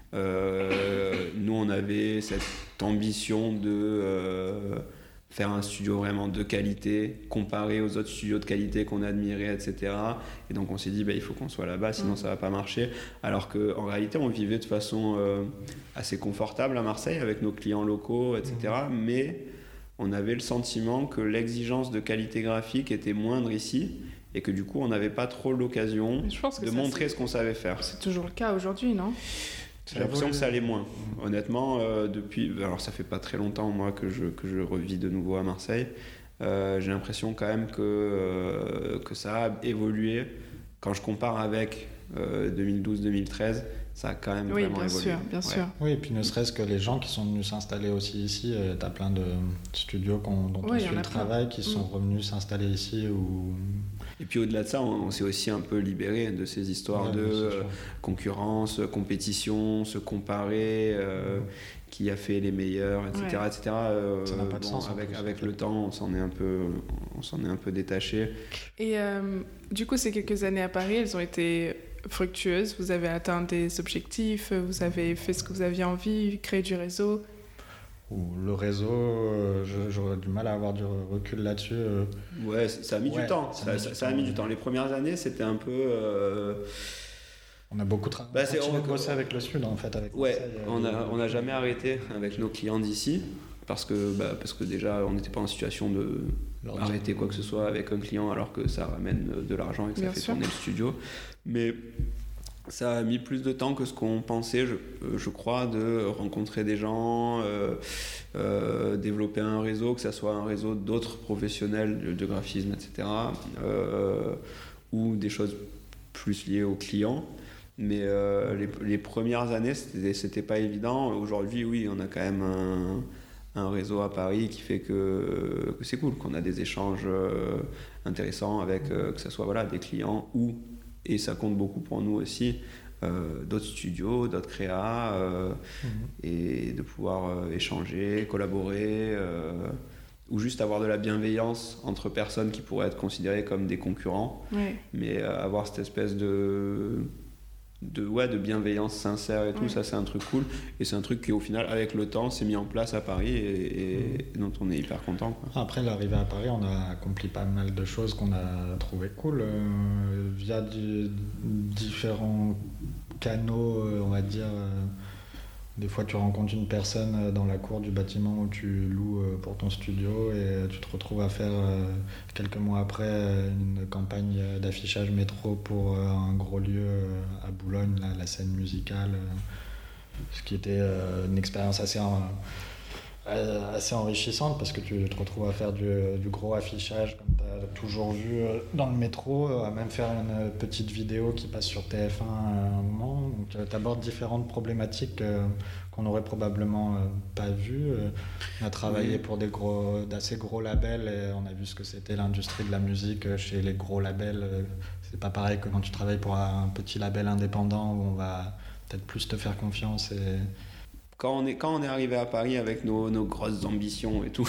euh, nous on avait cette ambition de euh, faire un studio vraiment de qualité comparé aux autres studios de qualité qu'on admirait, et cetera. Et donc on s'est dit bah, il faut qu'on soit là-bas, sinon mmh. ça va pas marcher. Alors qu'en réalité on vivait de façon euh, assez confortable à Marseille avec nos clients locaux, et cetera. Mmh. Mais on avait le sentiment que l'exigence de qualité graphique était moindre ici et que du coup on n'avait pas trop l'occasion de ça, montrer ce qu'on savait faire. C'est toujours le cas aujourd'hui, non ? J'ai l'impression que ça allait moins. Honnêtement, euh, depuis... Alors ça fait pas très longtemps, moi, que je, que je revis de nouveau à Marseille. Euh, j'ai l'impression quand même que, euh, que ça a évolué. Quand je compare avec euh, deux mille douze deux mille treize, ça a quand même oui, vraiment bien évolué. Sûr, bien ouais. sûr. Oui, et puis ne serait-ce que les gens qui sont venus s'installer aussi ici, euh, tu as plein de studios dont oui, on suit le travail qui sont mmh. revenus s'installer ici. Ou... Et puis au-delà de ça, on, on s'est aussi un peu libéré de ces histoires ouais, de euh, concurrence, compétition, se comparer, euh, mmh. qui a fait les meilleurs, et cetera, ouais. et cetera. Euh, ça n'a pas de bon, sens. Avec, plus, avec en fait. le temps, on s'en est un peu, on s'en est un peu détaché. Et euh, du coup, ces quelques années à Paris, elles ont été fructueuses. Vous avez atteint des objectifs, vous avez fait ce que vous aviez envie, créé du réseau. Le réseau, euh, j'aurais du mal à avoir du recul là-dessus. Euh... Ouais, ça a mis ouais, du temps. Ça, ça, ça, ça a mis du temps. Les premières années, c'était un peu. Euh... On a beaucoup tra- bah, on a bossé avec le Sud, en fait. Avec ouais, Marseille, on euh, a, on n'a jamais arrêté avec nos clients d'ici. parce que, bah, parce que déjà, on n'était pas en situation de arrêter quoi que ce soit avec un client alors que ça ramène de l'argent et que ça Bien fait sûr. tourner le studio. Mais ça a mis plus de temps que ce qu'on pensait, je, je crois, de rencontrer des gens, euh, euh, développer un réseau, que ça soit un réseau d'autres professionnels de, de graphisme, et cetera, euh, ou des choses plus liées aux clients. Mais euh, les, les premières années, c'était, c'était pas évident. Aujourd'hui, oui, on a quand même un, un réseau à Paris qui fait que, que c'est cool, qu'on a des échanges euh, intéressants avec, euh, que ce soit voilà, des clients ou, et ça compte beaucoup pour nous aussi, euh, d'autres studios, d'autres créas, euh, mmh. et de pouvoir euh, échanger, collaborer, euh, ou juste avoir de la bienveillance entre personnes qui pourraient être considérées comme des concurrents, ouais. mais euh, avoir cette espèce de... De, ouais, de bienveillance sincère et tout, ouais. ça c'est un truc cool et c'est un truc qui au final avec le temps s'est mis en place à Paris et, et, et dont on est hyper content, quoi. Après l'arrivée à Paris, on a accompli pas mal de choses qu'on a trouvé cool euh, via du, différents canaux, euh, on va dire. Euh, des fois tu rencontres une personne dans la cour du bâtiment où tu loues pour ton studio et tu te retrouves à faire quelques mois après une campagne d'affichage métro pour un gros lieu à Boulogne, la, la scène musicale, ce qui était une expérience assez, assez enrichissante parce que tu te retrouves à faire du, du gros affichage comme tu as toujours vu dans le métro, à même faire une petite vidéo qui passe sur T F un à un moment. Donc tu abordes différentes problématiques euh, qu'on n'aurait probablement euh, pas vues. Euh, on a travaillé oui. pour des gros, d'assez gros labels et on a vu ce que c'était l'industrie de la musique chez les gros labels. C'est pas pareil que quand tu travailles pour un petit label indépendant où on va peut-être plus te faire confiance et... Quand on est, quand on est arrivé à Paris avec nos, nos grosses ambitions et tout,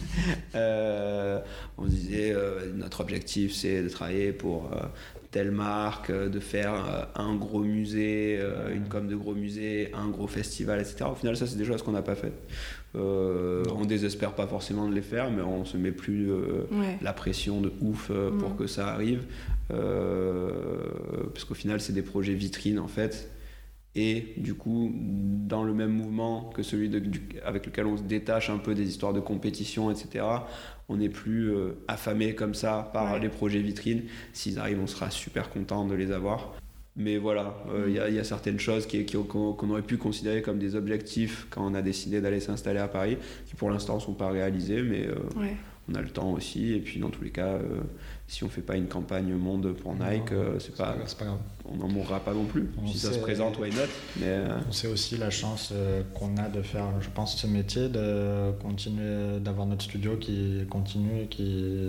euh, on se disait euh, notre objectif c'est de travailler pour euh, telle marque, euh, de faire euh, un gros musée, euh, une com de gros musée, un gros festival, et cetera. Au final, ça c'est des choses qu'on n'a pas faites. Euh, on désespère pas forcément de les faire, mais on se met plus euh, ouais. la pression de ouf euh, pour mmh. que ça arrive. Euh, parce qu'au final, c'est des projets vitrines en fait. Et du coup, dans le même mouvement que celui de, du, avec lequel on se détache un peu des histoires de compétition, et cetera, on n'est plus euh, affamé comme ça par ouais. les projets vitrines. S'ils arrivent, on sera super content de les avoir. Mais voilà, il euh, y, y a certaines choses qui, qui, qu'on, qu'on aurait pu considérer comme des objectifs quand on a décidé d'aller s'installer à Paris, qui pour l'instant ne sont pas réalisés, mais euh, ouais. on a le temps aussi. Et puis dans tous les cas, euh, si on ne fait pas une campagne monde pour Nike, non, euh, c'est, c'est, pas, pas, c'est pas grave. On n'en mourra pas non plus. On si sait, ça se présente, why not, mais euh... on sait aussi la chance euh, qu'on a de faire, je pense, ce métier, de continuer, d'avoir notre studio qui continue et qui...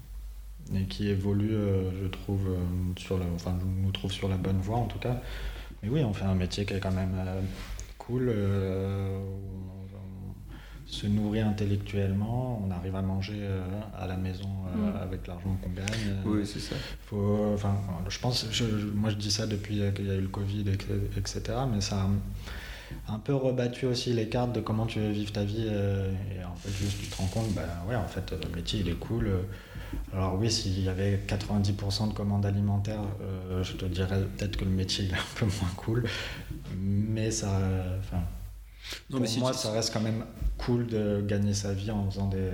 et qui évolue, euh, je trouve, euh, sur le, enfin, je nous trouve sur la bonne voie en tout cas. Mais oui, on fait un métier qui est quand même euh, cool, euh, on, on se nourrit intellectuellement, on arrive à manger euh, à la maison euh, mmh. avec l'argent qu'on gagne. Oui, c'est ça. Faut, enfin, je pense, je, moi je dis ça depuis qu'il y a eu le Covid, et cetera, mais ça a un peu rebattu aussi les cartes de comment tu veux vivre ta vie. Euh, et en fait, juste tu te rends compte, bah ouais, en fait, le métier il est cool. Euh, Alors oui, s'il y avait quatre-vingt-dix pour cent de commandes alimentaires, euh, je te dirais peut-être que le métier est un peu moins cool. Mais ça, enfin, non, pour mais si moi, tu... ça reste quand même cool de gagner sa vie en faisant des...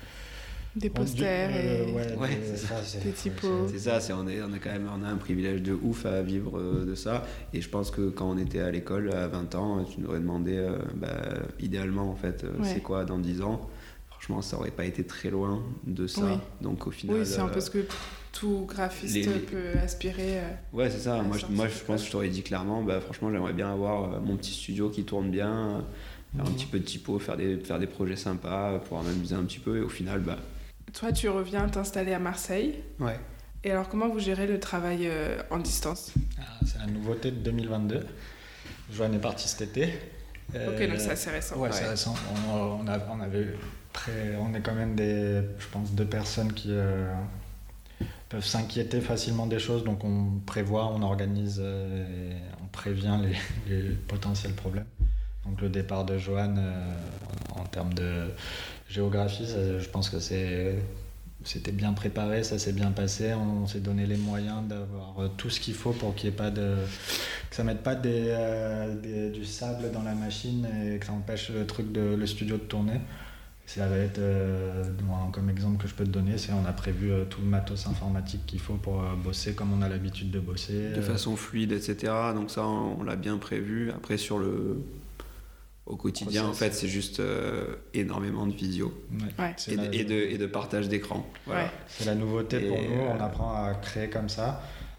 Des posters du, euh, et ouais, ouais, des, c'est ça, c'est, des typos. C'est, c'est ça, c'est, on, est, on, est quand même, on a un privilège de ouf à vivre euh, de ça. Et je pense que quand on était à l'école à vingt ans, tu nous aurais demandé, euh, bah, idéalement, en fait, euh, ouais. c'est quoi dans dix ans ? Franchement, ça aurait pas été très loin de ça. Oui. Donc au final, oui, c'est un peu ce que tout graphiste les... peut aspirer. Euh, ouais, c'est ça. Moi, je, moi, je pense que je t'aurais dit clairement, bah, franchement, j'aimerais bien avoir euh, mon petit studio qui tourne bien, faire mmh. un petit peu de typo, faire des, faire des projets sympas, pouvoir m'amuser un petit peu. Et au final, bah... Toi, tu reviens t'installer à Marseille. Ouais. Et alors, comment vous gérez le travail euh, en distance ? ah, C'est la nouveauté de deux mille vingt-deux. Joanne est partie cet été. Euh, ok, donc c'est assez récent. Ouais, ouais. c'est récent. On, on, a, on avait... Après, on est quand même des, je pense, deux personnes qui euh, peuvent s'inquiéter facilement des choses, donc on prévoit, on organise euh, et on prévient les, les potentiels problèmes. Donc le départ de Joanne, euh, en, en termes de géographie, ça, je pense que c'est, c'était bien préparé, ça s'est bien passé, on, on s'est donné les moyens d'avoir tout ce qu'il faut pour qu'il n'y ait pas de... que ça ne mette pas des, euh, des, du sable dans la machine et que ça empêche le, truc de, le studio de tourner. Ça va être, euh, comme exemple que je peux te donner, c'est on a prévu euh, tout le matos informatique qu'il faut pour euh, bosser comme on a l'habitude de bosser. De façon fluide, et cetera. Donc ça, on, on l'a bien prévu. Après, sur le... Au quotidien, process. En fait, c'est juste euh, énormément de visio ouais. Ouais. Et, la... et, de, et de partage d'écran. Voilà. Ouais. C'est la nouveauté et pour nous, euh... on apprend à créer comme ça.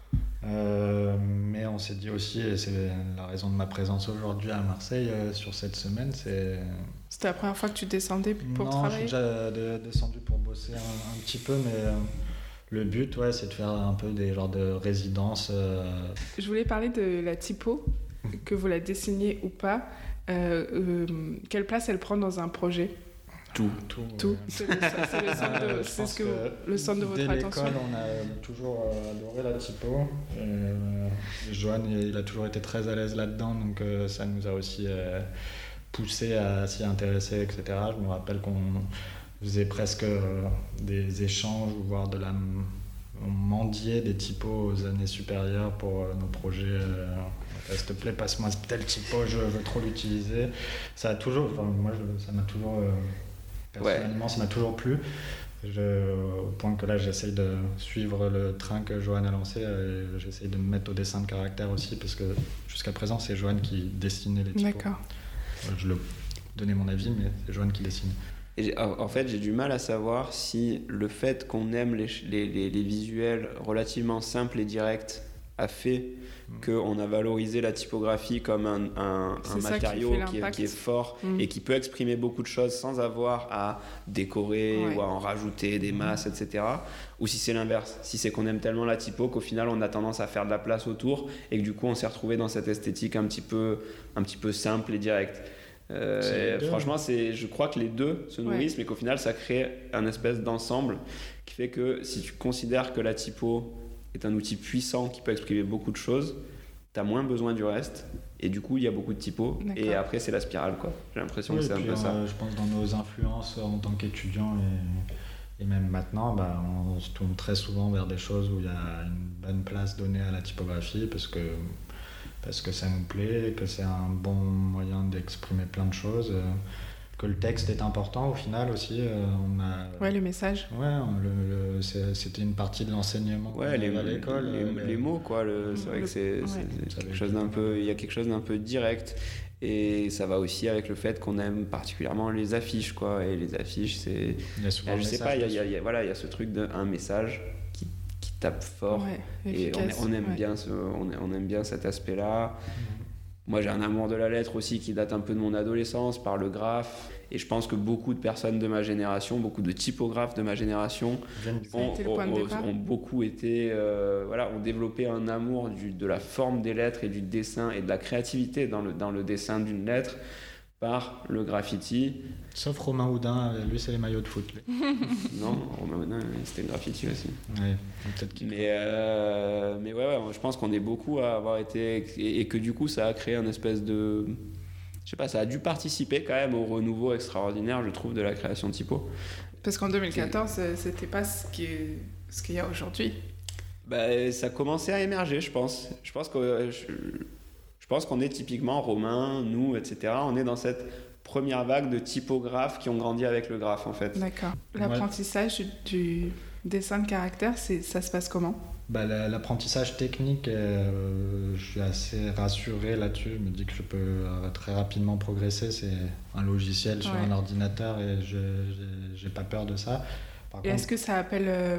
Euh, mais on s'est dit aussi, et c'est la raison de ma présence aujourd'hui à Marseille euh, sur cette semaine, c'est... C'était la première fois que tu descendais pour non, travailler ? Non, je suis déjà de, descendu pour bosser un, un petit peu, mais euh, le but, ouais, c'est de faire un peu des genres de résidences. Euh... Je voulais parler de la typo, que vous la dessiniez ou pas. Euh, euh, quelle place elle prend dans un projet ? Tout. Tout. Tout. Ouais. C'est, le, c'est, le centre de, c'est ce que, que le centre de votre dès attention. Dès l'école, on a toujours adoré la typo. Euh, Johan, il a toujours été très à l'aise là-dedans, donc euh, ça nous a aussi euh, poussé à s'y intéresser, et cetera. Je me rappelle qu'on faisait presque euh, des échanges, voire de la... On mendiait des typos aux années supérieures pour euh, nos projets. Euh, s'il te plaît, passe-moi tel typo, je veux trop l'utiliser. Ça a toujours... Enfin, moi, je, ça m'a toujours... Euh, personnellement, ouais. ça m'a toujours plu. Je, au point que là, j'essaye de suivre le train que Johan a lancé. Et j'essaye de me mettre au dessin de caractère aussi, parce que jusqu'à présent, c'est Johan qui dessinait les typos. D'accord. Je le donnais mon avis, mais c'est Johan qui dessine. Et en fait, j'ai du mal à savoir si le fait qu'on aime les, les, les, les visuels relativement simples et directs a fait mmh. qu'on a valorisé la typographie comme un, un, un matériau qui, qui, est, qui est fort mmh. et qui peut exprimer beaucoup de choses sans avoir à décorer ouais. ou à en rajouter des masses, et cetera. Ou si c'est l'inverse, si c'est qu'on aime tellement la typo qu'au final on a tendance à faire de la place autour et que du coup on s'est retrouvé dans cette esthétique un petit peu, un petit peu simple et directe. Euh, c'est franchement, c'est, je crois que les deux se nourrissent, ouais. mais qu'au final, ça crée un espèce d'ensemble qui fait que si tu considères que la typo est un outil puissant qui peut exprimer beaucoup de choses, tu as moins besoin du reste. Et du coup, il y a beaucoup de typos. D'accord. Et après, c'est la spirale, quoi. J'ai l'impression oui, que c'est un peu euh, ça. Je pense dans nos influences en tant qu'étudiants et, et même maintenant, bah, on se tourne très souvent vers des choses où il y a une bonne place donnée à la typographie parce que parce que ça nous plaît, que c'est un bon moyen d'exprimer plein de choses, euh, que le texte est important au final aussi. Euh, on a, ouais, le message. Ouais, le, le, c'est, c'était une partie de l'enseignement ouais, les, à l'école. Les, les, les mots, quoi. Le, c'est vrai que c'est, ouais. c'est, c'est quelque chose d'un peu, il y a quelque chose d'un peu direct. Et ça va aussi avec le fait qu'on aime particulièrement les affiches, quoi. Et les affiches, c'est... Il y a souvent là, je sais pas, il y a, il y a, voilà, il y a ce truc d'un message qui tape fort ouais, et on, on aime ouais. bien ce, on, on aime bien cet aspect là. Mmh. Moi j'ai un amour de la lettre aussi qui date un peu de mon adolescence par le graphe et je pense que beaucoup de personnes de ma génération, beaucoup de typographes de ma génération ont, ont, ont beaucoup été euh, voilà, ont développé un amour du, de la forme des lettres et du dessin et de la créativité dans le, dans le dessin d'une lettre par le graffiti. Sauf Romain Houdin, lui c'est les maillots de foot. Non, Romain Houdin c'était le graffiti aussi. Ouais, peut-être qu'il... Mais, euh, mais ouais, ouais, je pense qu'on est beaucoup à avoir été... Et, et que du coup ça a créé un espèce de... Je sais pas, ça a dû participer quand même au renouveau extraordinaire, je trouve, de la création de typo. Parce qu'en deux mille quatorze, et... c'était pas ce, qui est... ce qu'il y a aujourd'hui. Bah, ça commençait à émerger, je pense. Je pense que... Je... Je pense qu'on est typiquement Romain, nous, et cetera. On est dans cette première vague de typographes qui ont grandi avec le graphe, en fait. D'accord. L'apprentissage ouais. du, du dessin de caractère, c'est, ça se passe comment ? Bah, l'apprentissage technique, euh, je suis assez rassuré là-dessus. Je me dis que je peux euh, très rapidement progresser. C'est un logiciel sur ouais. un ordinateur et je j'ai, j'ai pas peur de ça. Par et contre, est-ce que ça appelle... Euh...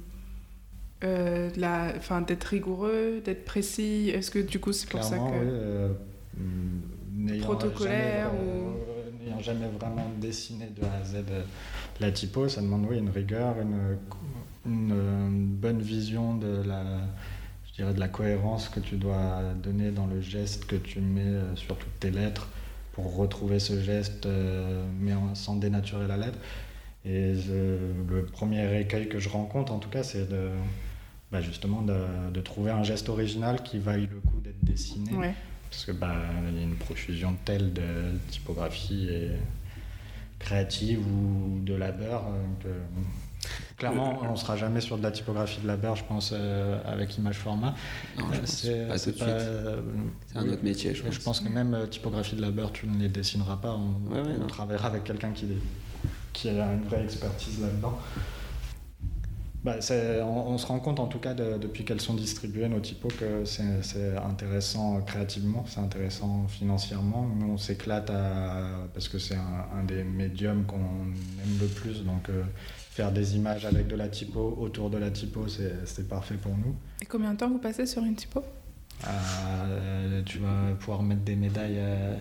Euh, la, enfin, d'être rigoureux, d'être précis, est-ce que du coup c'est pour Clairement, ça que... Oui, euh, n'ayant protocolaire jamais, ou... euh, n'ayant jamais vraiment dessiné de A à Z la typo, ça demande oui, une rigueur, une, une, une bonne vision de la, je dirais, de la cohérence que tu dois donner dans le geste que tu mets sur toutes tes lettres pour retrouver ce geste euh, mais en, sans dénaturer la lettre. Et je, le premier écueil que je rencontre en tout cas c'est de bah justement de, de trouver un geste original qui vaille le coup d'être dessiné ouais. parce que bah il y a une profusion telle de typographie et créative ou de labeur que clairement on ne sera jamais sur de la typographie de labeur je pense euh, avec image format. Non, je c'est, pas c'est, tout pas, euh, c'est un autre métier je pense. Je pense que même euh, typographie de labeur tu ne les dessineras pas, on, ouais, ouais, on travaillera avec quelqu'un qui qui a une vraie expertise là-dedans. Bah, c'est, on, on se rend compte en tout cas de, depuis qu'elles sont distribuées nos typos que c'est, c'est intéressant créativement, c'est intéressant financièrement. Nous on s'éclate à, parce que c'est un, un des médiums qu'on aime le plus, donc euh, faire des images avec de la typo autour de la typo c'est, c'est parfait pour nous. Et combien de temps vous passez sur une typo ? euh, Tu vas pouvoir mettre des médailles euh,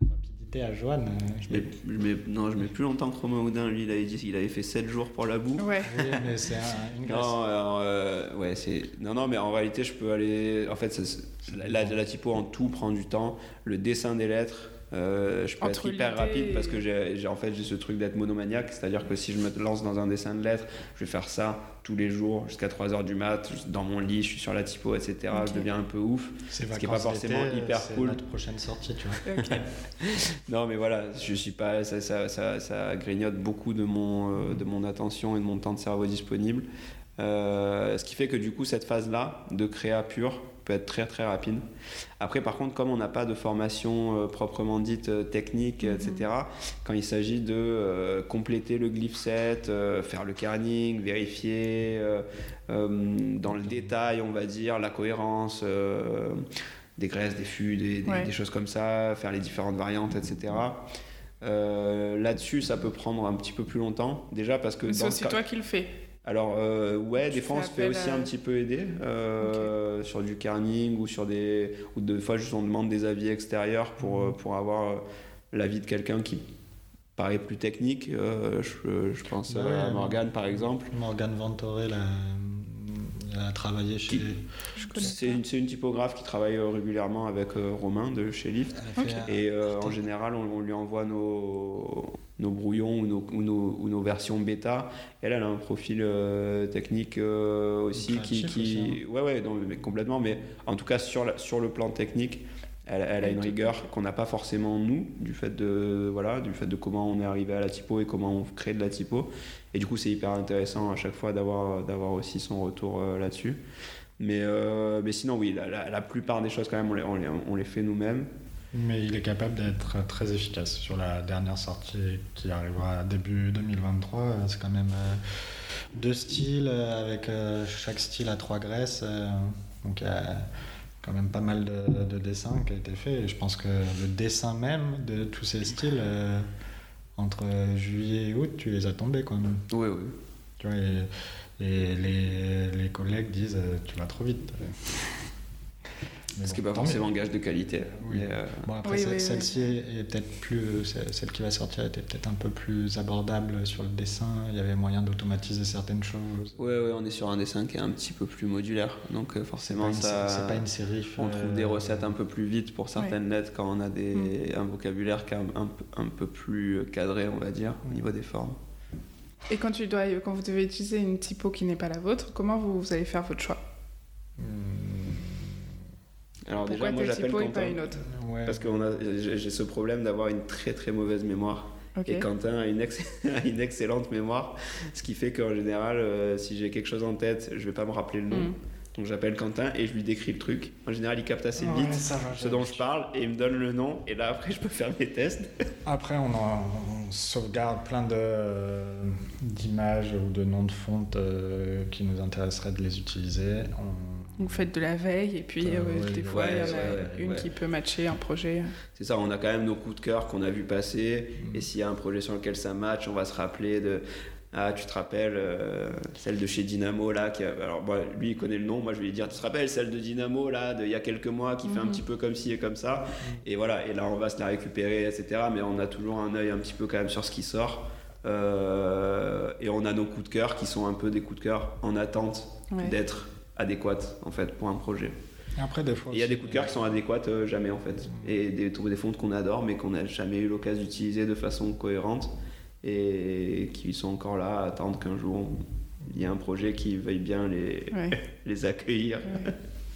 à Joanne. Je mets, je mets, non, je mets plus longtemps que Romain Houdin. Lui, il avait dit qu'il avait fait sept jours pour la boue. Ouais. Oui, mais c'est un, une graisse. Non, alors, euh, ouais, c'est... non, non, mais en réalité, je peux aller. En fait, ça, la, la typo en tout prend du temps. Le dessin des lettres. Euh, je peux Entre être hyper rapide parce que j'ai, j'ai, en fait, j'ai ce truc d'être monomaniaque, c'est-à-dire que si je me lance dans un dessin de lettres, je vais faire ça tous les jours jusqu'à trois heures du mat, dans mon lit, je suis sur la typo, et cetera. Okay. Je deviens un peu ouf, c'est ce qui n'est pas forcément hyper c'est cool. C'est notre prochaine sortie, tu vois. Okay. Non, mais voilà, je suis pas, ça, ça, ça, ça grignote beaucoup de mon, euh, de mon attention et de mon temps de cerveau disponible. Euh, ce qui fait que du coup, cette phase-là de créa pure peut être très très rapide. Après, par contre, comme on n'a pas de formation euh, proprement dite euh, technique, mm-hmm. et cetera, quand il s'agit de euh, compléter le glyph set, euh, faire le kerning, vérifier euh, euh, dans le détail, on va dire, la cohérence euh, des graisses, des fûts, des, des, ouais. des choses comme ça, faire les différentes variantes, et cetera. Euh, là-dessus, ça peut prendre un petit peu plus longtemps, déjà parce que... Mais c'est aussi cas... toi qui le fais. Alors, euh, ouais, des fois on se fait aussi à... un petit peu aider euh, okay. sur du kerning ou sur des. Ou des fois, juste on demande des avis extérieurs pour, mmh. pour avoir euh, l'avis de quelqu'un qui paraît plus technique. Euh, je, je pense ouais, à Morgane par exemple. Morgane Ventore, la. Elle a travaillé chez... Qui, c'est, une, c'est une typographe qui travaille régulièrement avec euh, Romain de chez Lift. Okay. Et euh, en général, on, on lui envoie nos, nos brouillons ou nos, ou, nos, ou nos versions bêta. Elle, elle a un profil euh, technique euh, aussi qui... qui aussi, hein. Ouais, ouais, non, mais complètement. Mais en tout cas, sur, la, sur le plan technique, elle, elle a une rigueur qu'on n'a pas forcément nous, du fait de, voilà, du fait de comment on est arrivé à la typo et comment on crée de la typo. Et du coup, c'est hyper intéressant à chaque fois d'avoir, d'avoir aussi son retour euh, là-dessus. Mais, euh, mais sinon, oui, la, la, la plupart des choses, quand même, on les, on les, on les fait nous-mêmes. Mais il est capable d'être très efficace. Sur la dernière sortie qui arrivera début deux mille vingt-trois, c'est quand même euh, deux styles, avec euh, chaque style à trois graisses. Euh, donc, il y a quand même pas mal de, de dessins qui ont été faits. Et je pense que le dessin même de tous ces styles... Euh, entre juillet et août, tu les as tombés quand même. Oui, oui. Tu vois, et, et les, les collègues disent euh, tu vas trop vite. Mais ce bon, qui n'est pas forcément mieux. Gage de qualité. Oui. Mais, euh, bon, après, oui, oui, celle-ci oui. est peut-être plus. Celle qui va sortir était peut-être un peu plus abordable sur le dessin. Il y avait moyen d'automatiser certaines choses. Oui, oui, on est sur un dessin qui est un petit peu plus modulaire. Donc, euh, forcément, c'est ça. C'est pas une sérif. On trouve euh, des recettes un peu plus vite pour certaines oui. lettres quand on a des, mm. un vocabulaire qui est un, un, un peu plus cadré, on va dire, au niveau des formes. Et quand, tu dois, quand vous devez utiliser une typo qui n'est pas la vôtre, comment vous, vous allez faire votre choix ? mm. Alors Pourquoi déjà, moi j'appelle Quentin, et pas une autre ouais. parce que on a, j'ai, j'ai ce problème d'avoir une très très mauvaise mémoire. Okay. Et Quentin a une, ex- une excellente mémoire, ce qui fait qu'en général, euh, si j'ai quelque chose en tête, je vais pas me rappeler le nom. Mm. Donc j'appelle Quentin et je lui décris le truc. En général, il capte assez vite ouais, va, ce dont je parle et il me donne le nom. Et là, après, je peux faire mes tests. Après, on, en, on sauvegarde plein de, d'images ou de noms de fontes euh, qui nous intéresseraient de les utiliser. On... Vous faites de la veille et puis euh, oui, des fois, il ouais, y en a ouais, une ouais. qui peut matcher un projet. C'est ça, on a quand même nos coups de cœur qu'on a vu passer. Mmh. Et s'il y a un projet sur lequel ça match, on va se rappeler de... Ah, tu te rappelles euh, celle de chez Dynamo là qui a... Alors moi, lui il connaît le nom, moi je vais lui dire tu te rappelles celle de Dynamo là d'il y a quelques mois qui mm-hmm. fait un petit peu comme ci et comme ça mm-hmm. et voilà, et là on va se la récupérer etc, mais on a toujours un œil un petit peu quand même sur ce qui sort euh, et on a nos coups de cœur qui sont un peu des coups de cœur en attente ouais. d'être adéquates en fait pour un projet. Et après des fois il y a des coups de cœur qui sont adéquates euh, jamais en fait mm-hmm. et des, des fontes qu'on adore mais qu'on n'a jamais eu l'occasion d'utiliser de façon cohérente et qui sont encore là à attendre qu'un jour il y ait un projet qui veuille bien les, ouais. les accueillir. Ouais.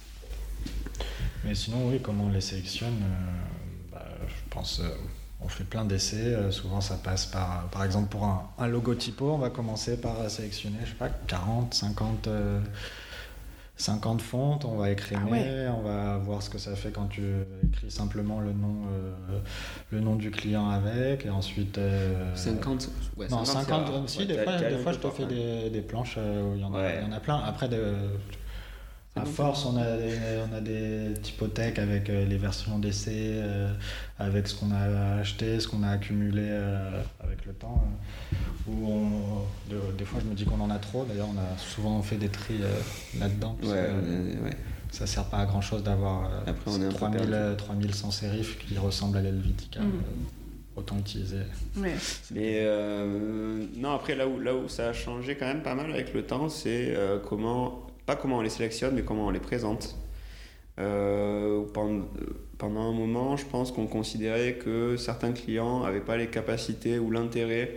Mais sinon, oui, comment on les sélectionne euh, bah, je pense euh, on fait plein d'essais. Euh, souvent, ça passe par, par exemple, pour un, un logo typo, on va commencer par sélectionner, je sais pas, quarante, cinquante euh, cinquante fontes, on va écrémer, ah ouais. on va voir ce que ça fait quand tu écris simplement le nom, euh, le nom du client avec, et ensuite... Euh, cinquante ouais, Non, cinquante, cinquante si, ouais, des fois, des fois je te fais ouais. des, des planches euh, où il y en a, ouais. il y en a plein. Après, de, à force, on a des, on a des typothèques avec euh, les versions d'essai, euh, avec ce qu'on a acheté, ce qu'on a accumulé euh, avec le temps. Euh, où on, de, des fois, je me dis qu'on en a trop. D'ailleurs, on a souvent fait des tris euh, là-dedans. Ouais, que, ouais. Ça sert pas à grand chose d'avoir euh, Après, on est trois mille sans sérif qui ressemblent à l'Helvetica. Mm. Euh, autant utiliser. Ouais. Mais euh, non, après, là où, là où ça a changé quand même pas mal avec le temps, c'est euh, comment. Pas comment on les sélectionne, mais comment on les présente. Euh, pendant, pendant un moment, je pense qu'on considérait que certains clients n'avaient pas les capacités ou l'intérêt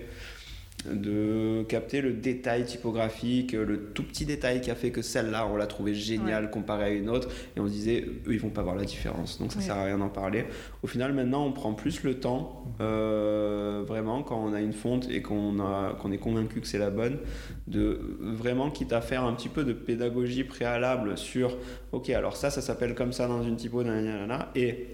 de capter le détail typographique, le tout petit détail qui a fait que celle-là, on l'a trouvée géniale ouais. comparée à une autre, et on se disait, eux, ils vont pas voir la différence, donc ça ouais. sert à rien d'en parler. Au final, maintenant, on prend plus le temps, euh, vraiment, quand on a une fonte et qu'on, a, qu'on est convaincu que c'est la bonne, de vraiment, quitte à faire un petit peu de pédagogie préalable sur, ok, alors ça, ça s'appelle comme ça dans une typo, nanana, et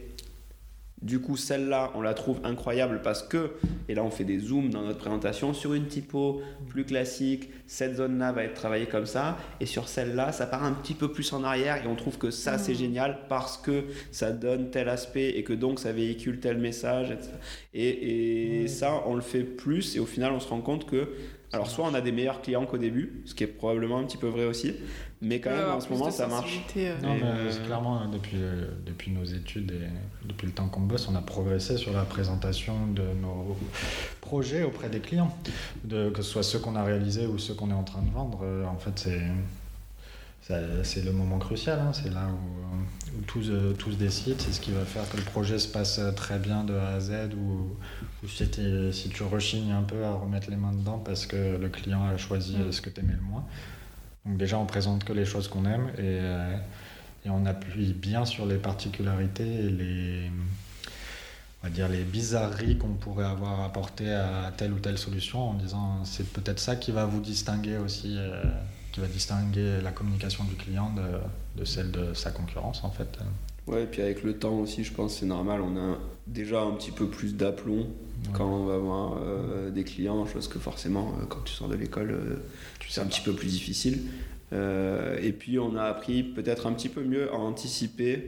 du coup, celle-là, on la trouve incroyable parce que, et là on fait des zooms dans notre présentation, sur une typo plus classique, cette zone-là va être travaillée comme ça, et sur celle-là, ça part un petit peu plus en arrière, et on trouve que ça, mmh. c'est génial parce que ça donne tel aspect, et que donc ça véhicule tel message, et cetera. Et, et mmh. ça, on le fait plus, et au final, on se rend compte que, alors soit on a des meilleurs clients qu'au début, ce qui est probablement un petit peu vrai aussi, mais quand même, en ce moment, ça marche. Euh... Non, mais euh... clairement, depuis, euh, depuis nos études et depuis le temps qu'on bosse, on a progressé sur la présentation de nos projets auprès des clients. De, que ce soit ceux qu'on a réalisés ou ceux qu'on est en train de vendre. Euh, en fait, c'est, c'est, c'est le moment crucial. Hein. C'est là où, où tout, euh, tout se décide. C'est ce qui va faire que le projet se passe très bien de A à Z, ou, ou si, si tu rechignes un peu à remettre les mains dedans parce que le client a choisi mmh. ce que tu aimais le moins. Donc déjà, on présente que les choses qu'on aime, et, euh, et on appuie bien sur les particularités et les, on va dire, les bizarreries qu'on pourrait avoir apportées à telle ou telle solution, en disant c'est peut-être ça qui va vous distinguer aussi, euh, qui va distinguer la communication du client de, de celle de sa concurrence en fait. Ouais, et puis avec le temps aussi, je pense que c'est normal, on a déjà un petit peu plus d'aplomb ouais. quand on va voir euh, des clients, chose que forcément, euh, quand tu sors de l'école, euh, c'est un petit peu plus difficile. Euh, et puis on a appris peut-être un petit peu mieux à anticiper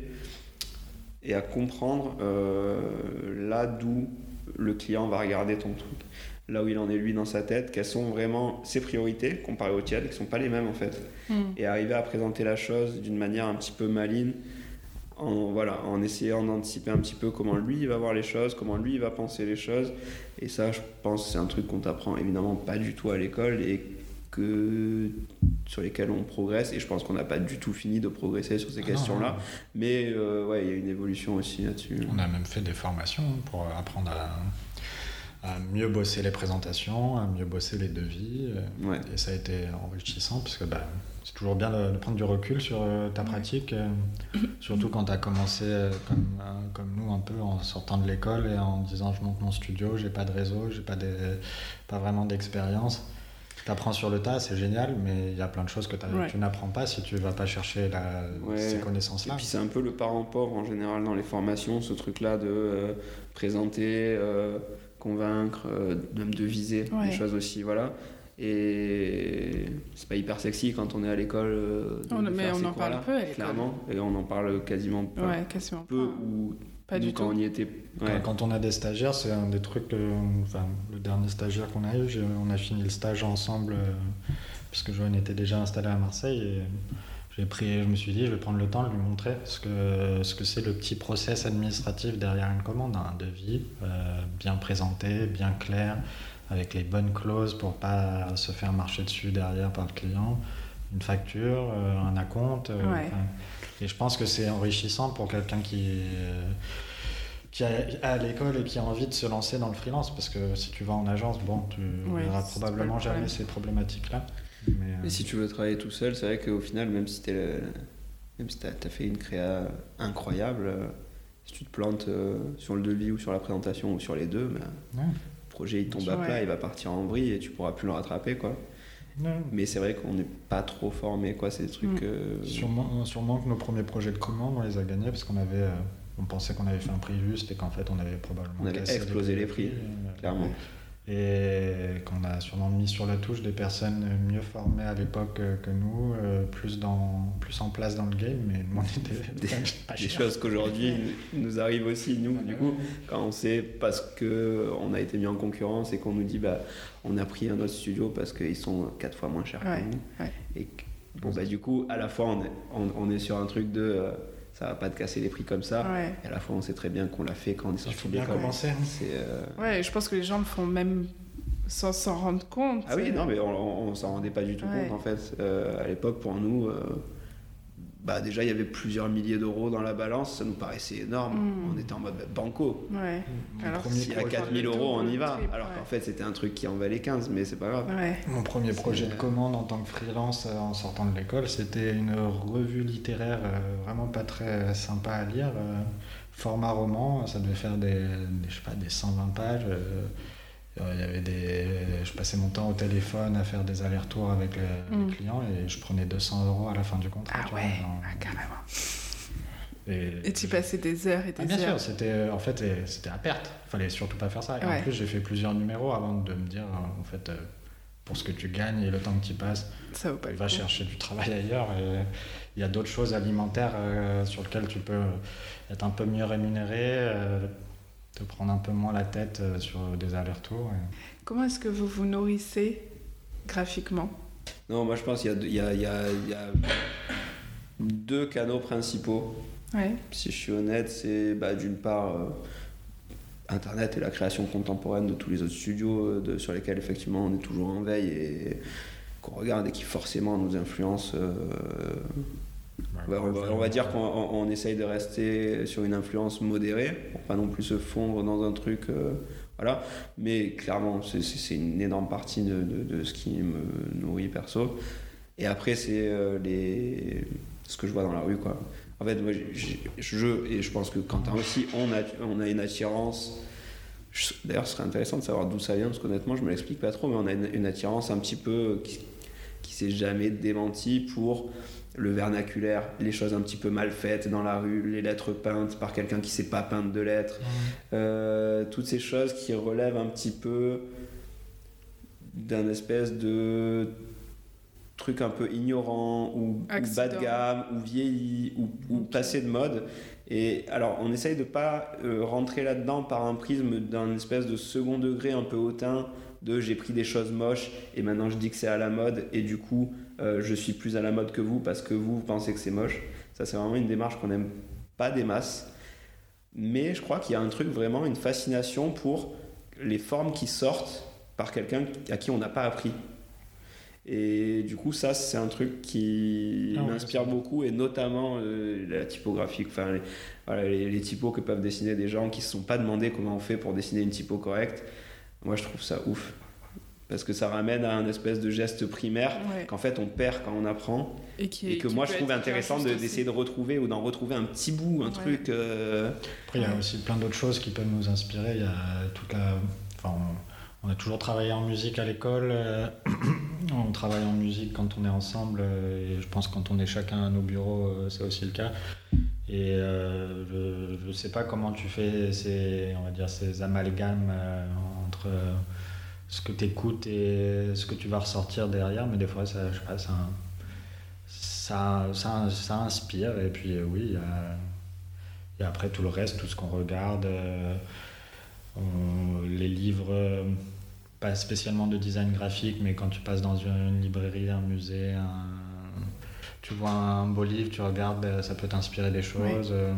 et à comprendre euh, là d'où le client va regarder ton truc. Là où il en est lui dans sa tête, quelles sont vraiment ses priorités comparées aux tiennes, qui ne sont pas les mêmes en fait. Mm. Et arriver à présenter la chose d'une manière un petit peu maligne, En, voilà, en essayant d'anticiper un petit peu comment lui il va voir les choses, comment lui il va penser les choses. Et ça, je pense, c'est un truc qu'on t'apprend évidemment pas du tout à l'école et que, sur lesquels on progresse. Et je pense qu'on n'a pas du tout fini de progresser sur ces ah questions-là. Non, mais euh, ouais, il y a une évolution aussi là-dessus. On a même fait des formations pour apprendre à, à mieux bosser les présentations, à mieux bosser les devis. Ouais. Et ça a été enrichissant parce que bah, c'est toujours bien de, de prendre du recul sur euh, ta pratique, euh, surtout quand tu as commencé euh, comme, euh, comme nous un peu en sortant de l'école et en disant je monte mon studio, j'ai pas de réseau, j'ai pas, de, pas vraiment d'expérience. Tu apprends sur le tas, c'est génial, mais il y a plein de choses que ouais. tu n'apprends pas si tu ne vas pas chercher la, ouais. ces connaissances-là. Et puis c'est un peu le parent pauvre en général dans les formations, ce truc-là de euh, présenter, euh, convaincre, euh, même de viser, ouais. des choses aussi, voilà. Et c'est pas hyper sexy quand on est à l'école euh, de, on, de mais faire on ces en parle peu à l'école. Clairement, et on en parle quasiment pas. Ouais, quasiment peu pas. ou pas du quand tout. on y était. Ouais. Quand, quand on a des stagiaires, c'est un des trucs. Euh, enfin, le dernier stagiaire qu'on a eu, j'ai, on a fini le stage ensemble, euh, puisque Joanne était déjà installée à Marseille. Et j'ai pris, je me suis dit, je vais prendre le temps de lui montrer ce que, ce que c'est le petit process administratif derrière une commande, un devis euh, bien présenté, bien clair, avec les bonnes clauses pour pas se faire marcher dessus derrière par le client, une facture, euh, un acompte. Euh, ouais. Et je pense que c'est enrichissant pour quelqu'un qui, euh, qui est à l'école et qui a envie de se lancer dans le freelance, parce que si tu vas en agence, bon, tu ouais, verras probablement jamais ces problématiques-là. Mais, euh... Et si tu veux travailler tout seul, c'est vrai qu'au final, même si tu si as fait une créa incroyable, euh, si tu te plantes euh, sur le devis ou sur la présentation ou sur les deux, bah, ouais. le projet il tombe à plat, ouais. il va partir en vrille et tu pourras plus le rattraper, quoi. Non. Mais c'est vrai qu'on n'est pas trop formé, quoi, ces trucs. Mmh. Euh... Sûrement, sûrement que nos premiers projets de commande, on les a gagnés parce qu'on avait, euh, on pensait qu'on avait fait un prix juste et qu'en fait on avait probablement on avait explosé les prix, les prix euh, clairement. Et qu'on a sûrement mis sur la touche des personnes mieux formées à l'époque que nous, euh, plus, dans, plus en place dans le game, mais demander des, des, des, des choses qu'aujourd'hui nous arrivent aussi, nous, du coup, quand on sait parce qu'on a été mis en concurrence et qu'on nous dit bah, on a pris un autre studio parce qu'ils sont quatre fois moins chers ouais, que nous. Ouais. Et bon, bah, du coup, à la fois, on est, on, on est sur un truc de. Euh, ça va pas te casser les prix comme ça. Ouais. Et à la fois, on sait très bien qu'on l'a fait quand on est sorti. Il faut bien commencer. C'est, euh... Ouais, je pense que les gens le font même sans s'en rendre compte. Ah oui, non, mais on, on, on s'en rendait pas du tout ouais. compte en fait. Euh, à l'époque, pour nous, euh, bah déjà il y avait plusieurs milliers d'euros dans la balance, ça nous paraissait énorme. Mmh. On était en mode bah, banco. Ouais. Mmh. Alors s'il y a quatre mille euros, on y va. Trip, Alors ouais. qu'en fait, c'était un truc qui en valait quinze, mais c'est pas grave. Ouais. Mon premier projet c'est... de commande en tant que freelance en sortant de l'école, c'était une revue littéraire euh, vraiment pas très sympa à lire. Euh, format roman, ça devait faire des, des, je sais pas, des cent vingt pages. Euh, Il y avait des... Je passais mon temps au téléphone à faire des allers-retours avec les, mmh. les clients et je prenais deux cents euros à la fin du contrat. Ah ouais, vois, ah, carrément. Et, et tu passais des heures et des ah, bien heures. Bien sûr, c'était, en fait, c'était à perte. Il fallait surtout pas faire ça. Et ouais. en plus, j'ai fait plusieurs numéros avant de me dire, en fait, pour ce que tu gagnes et le temps que tu passes, ça vaut pas va le chercher du travail ailleurs. Et il y a d'autres choses alimentaires euh, sur lesquelles tu peux être un peu mieux rémunéré. Euh, te prendre un peu moins la tête sur des allers-retours. Et... Comment est-ce que vous vous nourrissez graphiquement ? Non, moi je pense qu'il y a, il y a, il y a, il y a deux canaux principaux. Ouais. Si je suis honnête, c'est bah, d'une part euh, Internet et la création contemporaine de tous les autres studios euh, de, sur lesquels effectivement on est toujours en veille et qu'on regarde et qui forcément nous influencent. Euh, Ouais, on, va, on va dire qu'on on, on essaye de rester sur une influence modérée pour pas non plus se fondre dans un truc euh, voilà, mais clairement c'est, c'est, c'est une énorme partie de, de, de ce qui me nourrit perso. Et après c'est euh, les... ce que je vois dans la rue quoi. En fait moi je, je et je pense que Quentin aussi on a, on a une attirance. Je, d'ailleurs ce serait intéressant de savoir d'où ça vient parce qu'honnêtement je me l'explique pas trop, mais on a une, une attirance un petit peu qui, qui s'est jamais démentie pour le vernaculaire, les choses un petit peu mal faites dans la rue, les lettres peintes par quelqu'un qui ne sait pas peindre de lettres, mmh. euh, toutes ces choses qui relèvent un petit peu d'un espèce de truc un peu ignorant ou, ou bas de gamme ou vieilli ou, ou passé de mode. Et alors on essaye de ne pas euh, rentrer là-dedans par un prisme d'un espèce de second degré un peu hautain de j'ai pris des choses moches et maintenant je dis que c'est à la mode et du coup euh, je suis plus à la mode que vous parce que vous, vous pensez que c'est moche. Ça c'est vraiment une démarche qu'on n'aime pas des masses, mais je crois qu'il y a un truc vraiment, une fascination pour les formes qui sortent par quelqu'un à qui on n'a pas appris. Et du coup ça c'est un truc qui ah ouais, m'inspire beaucoup et notamment euh, la typographie, enfin les, voilà, les, les typos que peuvent dessiner des gens qui ne se sont pas demandé comment on fait pour dessiner une typo correcte. Moi je trouve ça ouf parce que ça ramène à un espèce de geste primaire ouais. qu'en fait on perd quand on apprend et, qui est, et que moi je trouve intéressant de, d'essayer de retrouver ou d'en retrouver un petit bout, un ouais. truc euh... Après il y a aussi plein d'autres choses qui peuvent nous inspirer. Il y a toute la... enfin, on, on a toujours travaillé en musique à l'école, on travaille en musique quand on est ensemble et je pense que quand on est chacun à nos bureaux c'est aussi le cas. Et euh, je ne sais pas comment tu fais ces, on va dire, ces amalgames euh, entre euh, ce que tu écoutes et ce que tu vas ressortir derrière, mais des fois ça, je sais pas, ça, ça, ça, ça inspire. Et puis euh, oui, il y a, et après tout le reste, tout ce qu'on regarde, euh, on, les livres, euh, pas spécialement de design graphique, mais quand tu passes dans une, une librairie, un musée, un, tu vois un beau livre, tu regardes, ça peut t'inspirer des choses. Oui.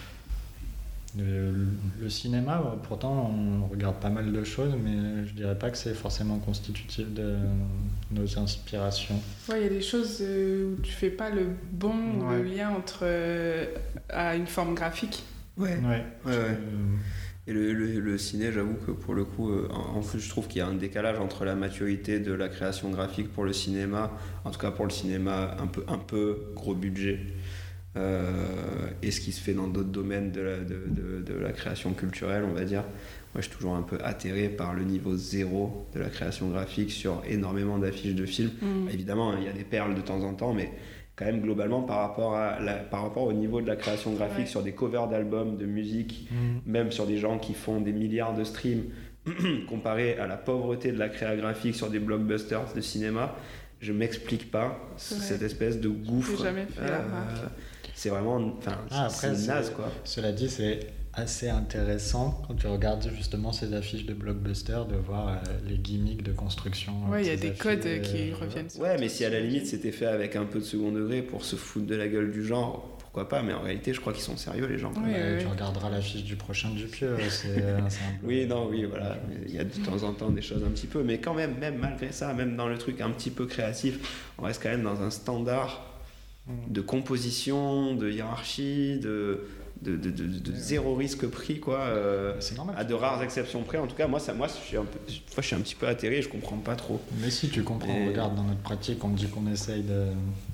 Le, le cinéma, pourtant, on regarde pas mal de choses, mais je dirais pas que c'est forcément constitutif de nos inspirations. Ouais, il y a des choses où tu fais pas le bon ouais. le lien entre euh, à une forme graphique. Ouais. Ouais. ouais, ouais. Et le, le, le ciné, j'avoue que pour le coup, euh, en plus, je trouve qu'il y a un décalage entre la maturité de la création graphique pour le cinéma, en tout cas pour le cinéma un peu, un peu gros budget, euh, et ce qui se fait dans d'autres domaines de la, de, de, de la création culturelle, on va dire. Moi, je suis toujours un peu atterré par le niveau zéro de la création graphique sur énormément d'affiches de films. Mmh. Évidemment, il y a des perles de temps en temps, mais quand même, globalement, par rapport, à la, par rapport au niveau de la création graphique, ouais. sur des covers d'albums, de musique, mmh. même sur des gens qui font des milliards de streams, comparé à la pauvreté de la créa graphique sur des blockbusters de cinéma, je ne m'explique pas c'est cette vrai. espèce de gouffre. J'ai jamais fait euh, euh, c'est vraiment... Enfin, ah, c'est naze, quoi. Cela dit, c'est assez intéressant quand tu regardes justement ces affiches de blockbusters de voir euh, les gimmicks de construction. Ouais, il y a des codes euh, qui euh, reviennent. Ouais, mais si à la limite c'était fait avec un peu de second degré pour se foutre de la gueule du genre, pourquoi pas, mais en réalité je crois qu'ils sont sérieux les gens. Oui, ouais, tu oui. regarderas l'affiche du prochain Dupieux, c'est, c'est un oui, non, oui, voilà, il y a de temps en temps des choses un petit peu, mais quand même, même malgré ça, même dans le truc un petit peu créatif, on reste quand même dans un standard de composition, de hiérarchie, de... De, de, de, de zéro risque pris, quoi, euh, c'est normal, à de rares exceptions près. En tout cas, moi, ça, moi je, suis un peu, moi je suis un petit peu atterré, je comprends pas trop. Mais si tu comprends, et... regarde, dans notre pratique, on dit qu'on essaye de,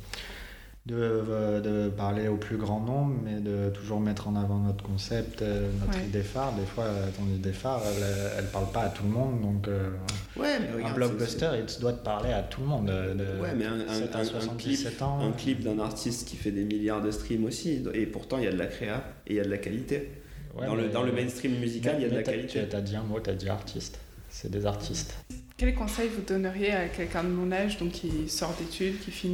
de, de parler au plus grand nombre, mais de toujours mettre en avant notre concept, notre ouais. idée phare. Des fois, ton idée phare, elle ne parle pas à tout le monde, donc euh, ouais, mais regarde, un blockbuster, c'est, c'est... il doit te parler à tout le monde. De, ouais, mais un, un, un, un, clip, ans, un clip d'un artiste qui fait des milliards de streams aussi, et pourtant il y a de la créa et il y a de la qualité. Ouais, dans, le, dans le mainstream musical, il y a de la qualité. Tu as dit un mot, tu as dit artiste. C'est des artistes. Quel conseil vous donneriez à quelqu'un de mon âge, donc qui sort d'études, qui finit ?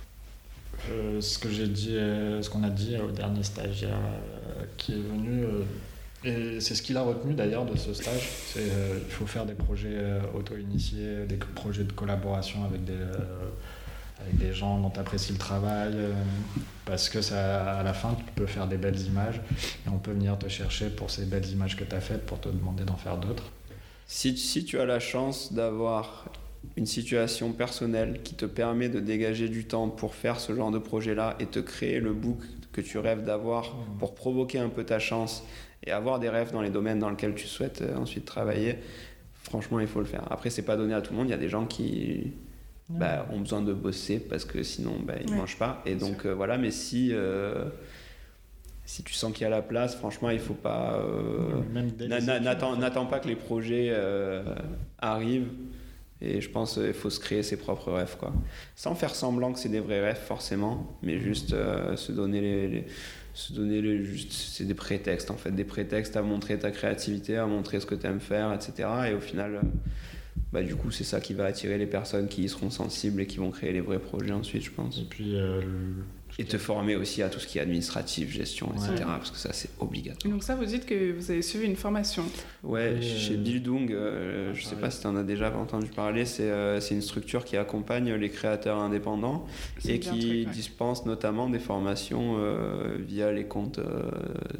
Euh, ce que j'ai dit, euh, ce qu'on a dit au dernier stagiaire euh, qui est venu, euh, et c'est ce qu'il a retenu d'ailleurs de ce stage, c'est euh, il faut faire des projets euh, auto-initiés, des projets de collaboration avec des, euh, avec des gens dont tu apprécies le travail, euh, parce que ça, à la fin tu peux faire des belles images et on peut venir te chercher pour ces belles images que tu as faites pour te demander d'en faire d'autres. Si, si tu as la chance d'avoir une situation personnelle qui te permet de dégager du temps pour faire ce genre de projet-là et te créer le book que tu rêves d'avoir pour provoquer un peu ta chance et avoir des rêves dans les domaines dans lesquels tu souhaites ensuite travailler, franchement, il faut le faire. Après, c'est pas donné à tout le monde. Il y a des gens qui bah, ont besoin de bosser parce que sinon, bah, ils ne ouais. mangent pas. Et donc, euh, voilà. Mais si... Euh, Si tu sens qu'il y a la place, franchement, il faut pas... Euh, na, na, n'attends, n'attends pas que les projets euh, arrivent. Et je pense qu'il faut se créer ses propres rêves, quoi. Sans faire semblant que c'est des vrais rêves, forcément, mais juste euh, se donner les... les se donner les, juste, c'est des prétextes, en fait. Des prétextes à montrer ta créativité, à montrer ce que tu aimes faire, et cetera. Et au final, euh, bah, du coup, c'est ça qui va attirer les personnes qui y seront sensibles et qui vont créer les vrais projets ensuite, je pense. Et puis... Euh, le... Et te former aussi à tout ce qui est administratif, gestion, et cetera. Ouais. Parce que ça, c'est obligatoire. Donc ça, vous dites que vous avez suivi une formation. Ouais, et chez euh... Bildung, euh, je ne sais pas si tu en as déjà entendu parler, c'est, euh, c'est une structure qui accompagne les créateurs indépendants c'est et qui truc, ouais. dispense notamment des formations euh, via les comptes euh,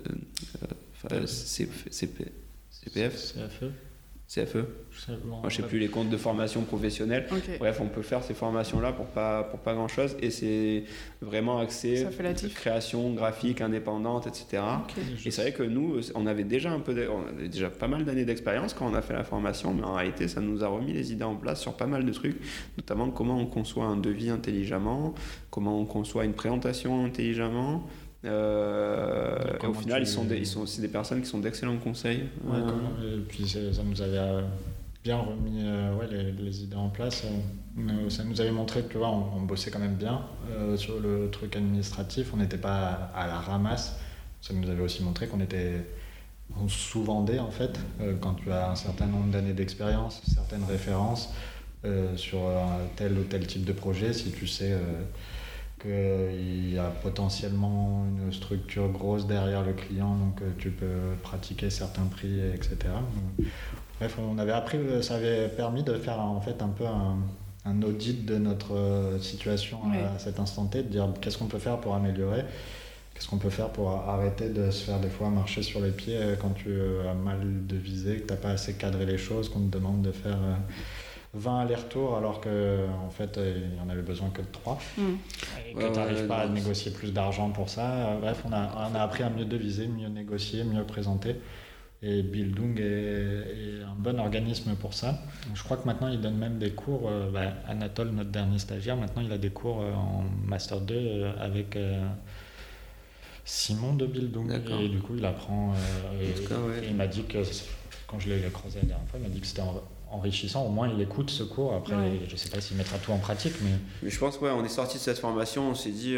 euh, C P F C F E C F E Je ne bon, sais plus, les comptes de formation professionnelle. Okay. Bref, on peut faire ces formations-là pour pas, pour pas grand-chose. Et c'est vraiment axé création graphique indépendante, et cetera. Okay. Et c'est vrai que nous, on avait déjà un peu, de, on avait déjà pas mal d'années d'expérience quand on a fait la formation, mais en réalité, ça nous a remis les idées en place sur pas mal de trucs, notamment comment on conçoit un devis intelligemment, comment on conçoit une présentation intelligemment. Euh, et au final, tu... ils sont, des, ils sont aussi des personnes qui sont d'excellents conseils. Ouais, euh... Et puis ça nous avait bien remis euh, ouais, les, les idées en place. Euh, ça nous avait montré que ouais, on, on bossait quand même bien euh, sur le truc administratif. On n'était pas à, à la ramasse. Ça nous avait aussi montré qu'on était on sous-vendait en fait euh, quand tu as un certain nombre d'années d'expérience, certaines références euh, sur un tel ou tel type de projet. Si tu sais euh, qu'il y a potentiellement une structure grosse derrière le client, donc tu peux pratiquer certains prix, et cetera. Bref, on avait appris, ça avait permis de faire en fait un peu un, un audit de notre situation oui. à cet instant T, de dire qu'est-ce qu'on peut faire pour améliorer, qu'est-ce qu'on peut faire pour arrêter de se faire des fois marcher sur les pieds quand tu as mal devisé, que tu n'as pas assez cadré les choses, qu'on te demande de faire vingt allers-retours alors qu'en fait il n'y en avait besoin que de trois mmh. et que ouais, tu n'arrives ouais, pas non, à négocier plus d'argent pour ça. Bref, on a, on a appris à mieux deviser, mieux négocier, mieux présenter, et Bildung est, est un bon organisme pour ça. Je crois que maintenant il donne même des cours, euh, bah, Anatole, notre dernier stagiaire, maintenant il a des cours euh, en Master deux euh, avec, euh, Simon de Bildung. D'accord. Et du coup, il apprend. Euh, et, cas, ouais. et il m'a dit que, quand je l'ai croisé la dernière fois, il m'a dit que c'était enrichissant. Au moins, il écoute ce cours. Après, ouais. je ne sais pas s'il mettra tout en pratique. Mais, mais je pense qu'on ouais, on est sorti de cette formation, on s'est dit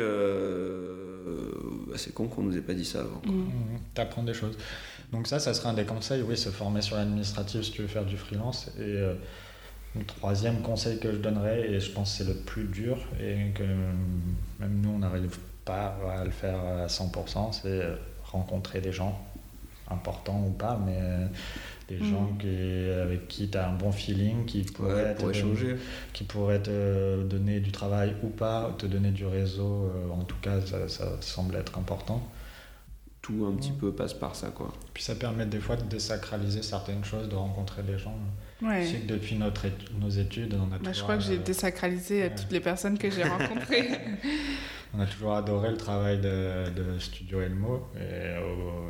euh, bah, c'est con qu'on ne nous ait pas dit ça avant. Mmh. Mmh, tu apprends des choses. Donc, ça, ça serait un des conseils. Oui, se former sur l'administratif si tu veux faire du freelance. Et euh, le troisième conseil que je donnerais, et je pense que c'est le plus dur, et que même nous, on n'arrive pas à le faire à cent pour cent, c'est rencontrer des gens, importants ou pas, mais des mmh. gens qui, avec qui tu as un bon feeling, qui pourraient, ouais, pour te, échanger. qui pourraient te donner du travail ou pas, te donner du réseau, en tout cas, ça, ça semble être important. Tout un petit mmh. peu passe par ça, quoi. Puis ça permet des fois de désacraliser certaines choses, de rencontrer des gens. Ouais. Je sais que depuis notre étu- nos études, on a bah, toujours... Je crois que j'ai euh, désacralisé ouais. toutes les personnes que j'ai rencontrées. On a toujours adoré le travail de, de Studio Elmo. Et euh,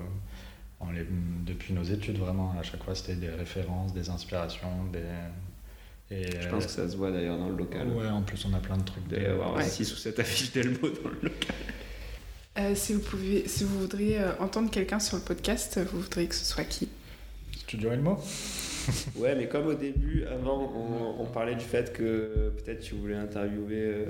on les, depuis nos études, vraiment, à chaque fois, c'était des références, des inspirations, des... Et je pense euh, que ça se voit d'ailleurs dans le local. Ouais, en plus, on a plein de trucs. Il doit y avoir ouais. six ou sept affiches d'Elmo dans le local. Euh, si, vous pouvez, si vous voudriez euh, entendre quelqu'un sur le podcast, vous voudriez que ce soit qui ? Studio Elmo. Ouais, mais comme au début, avant, on, on parlait du fait que peut-être tu voulais interviewer euh,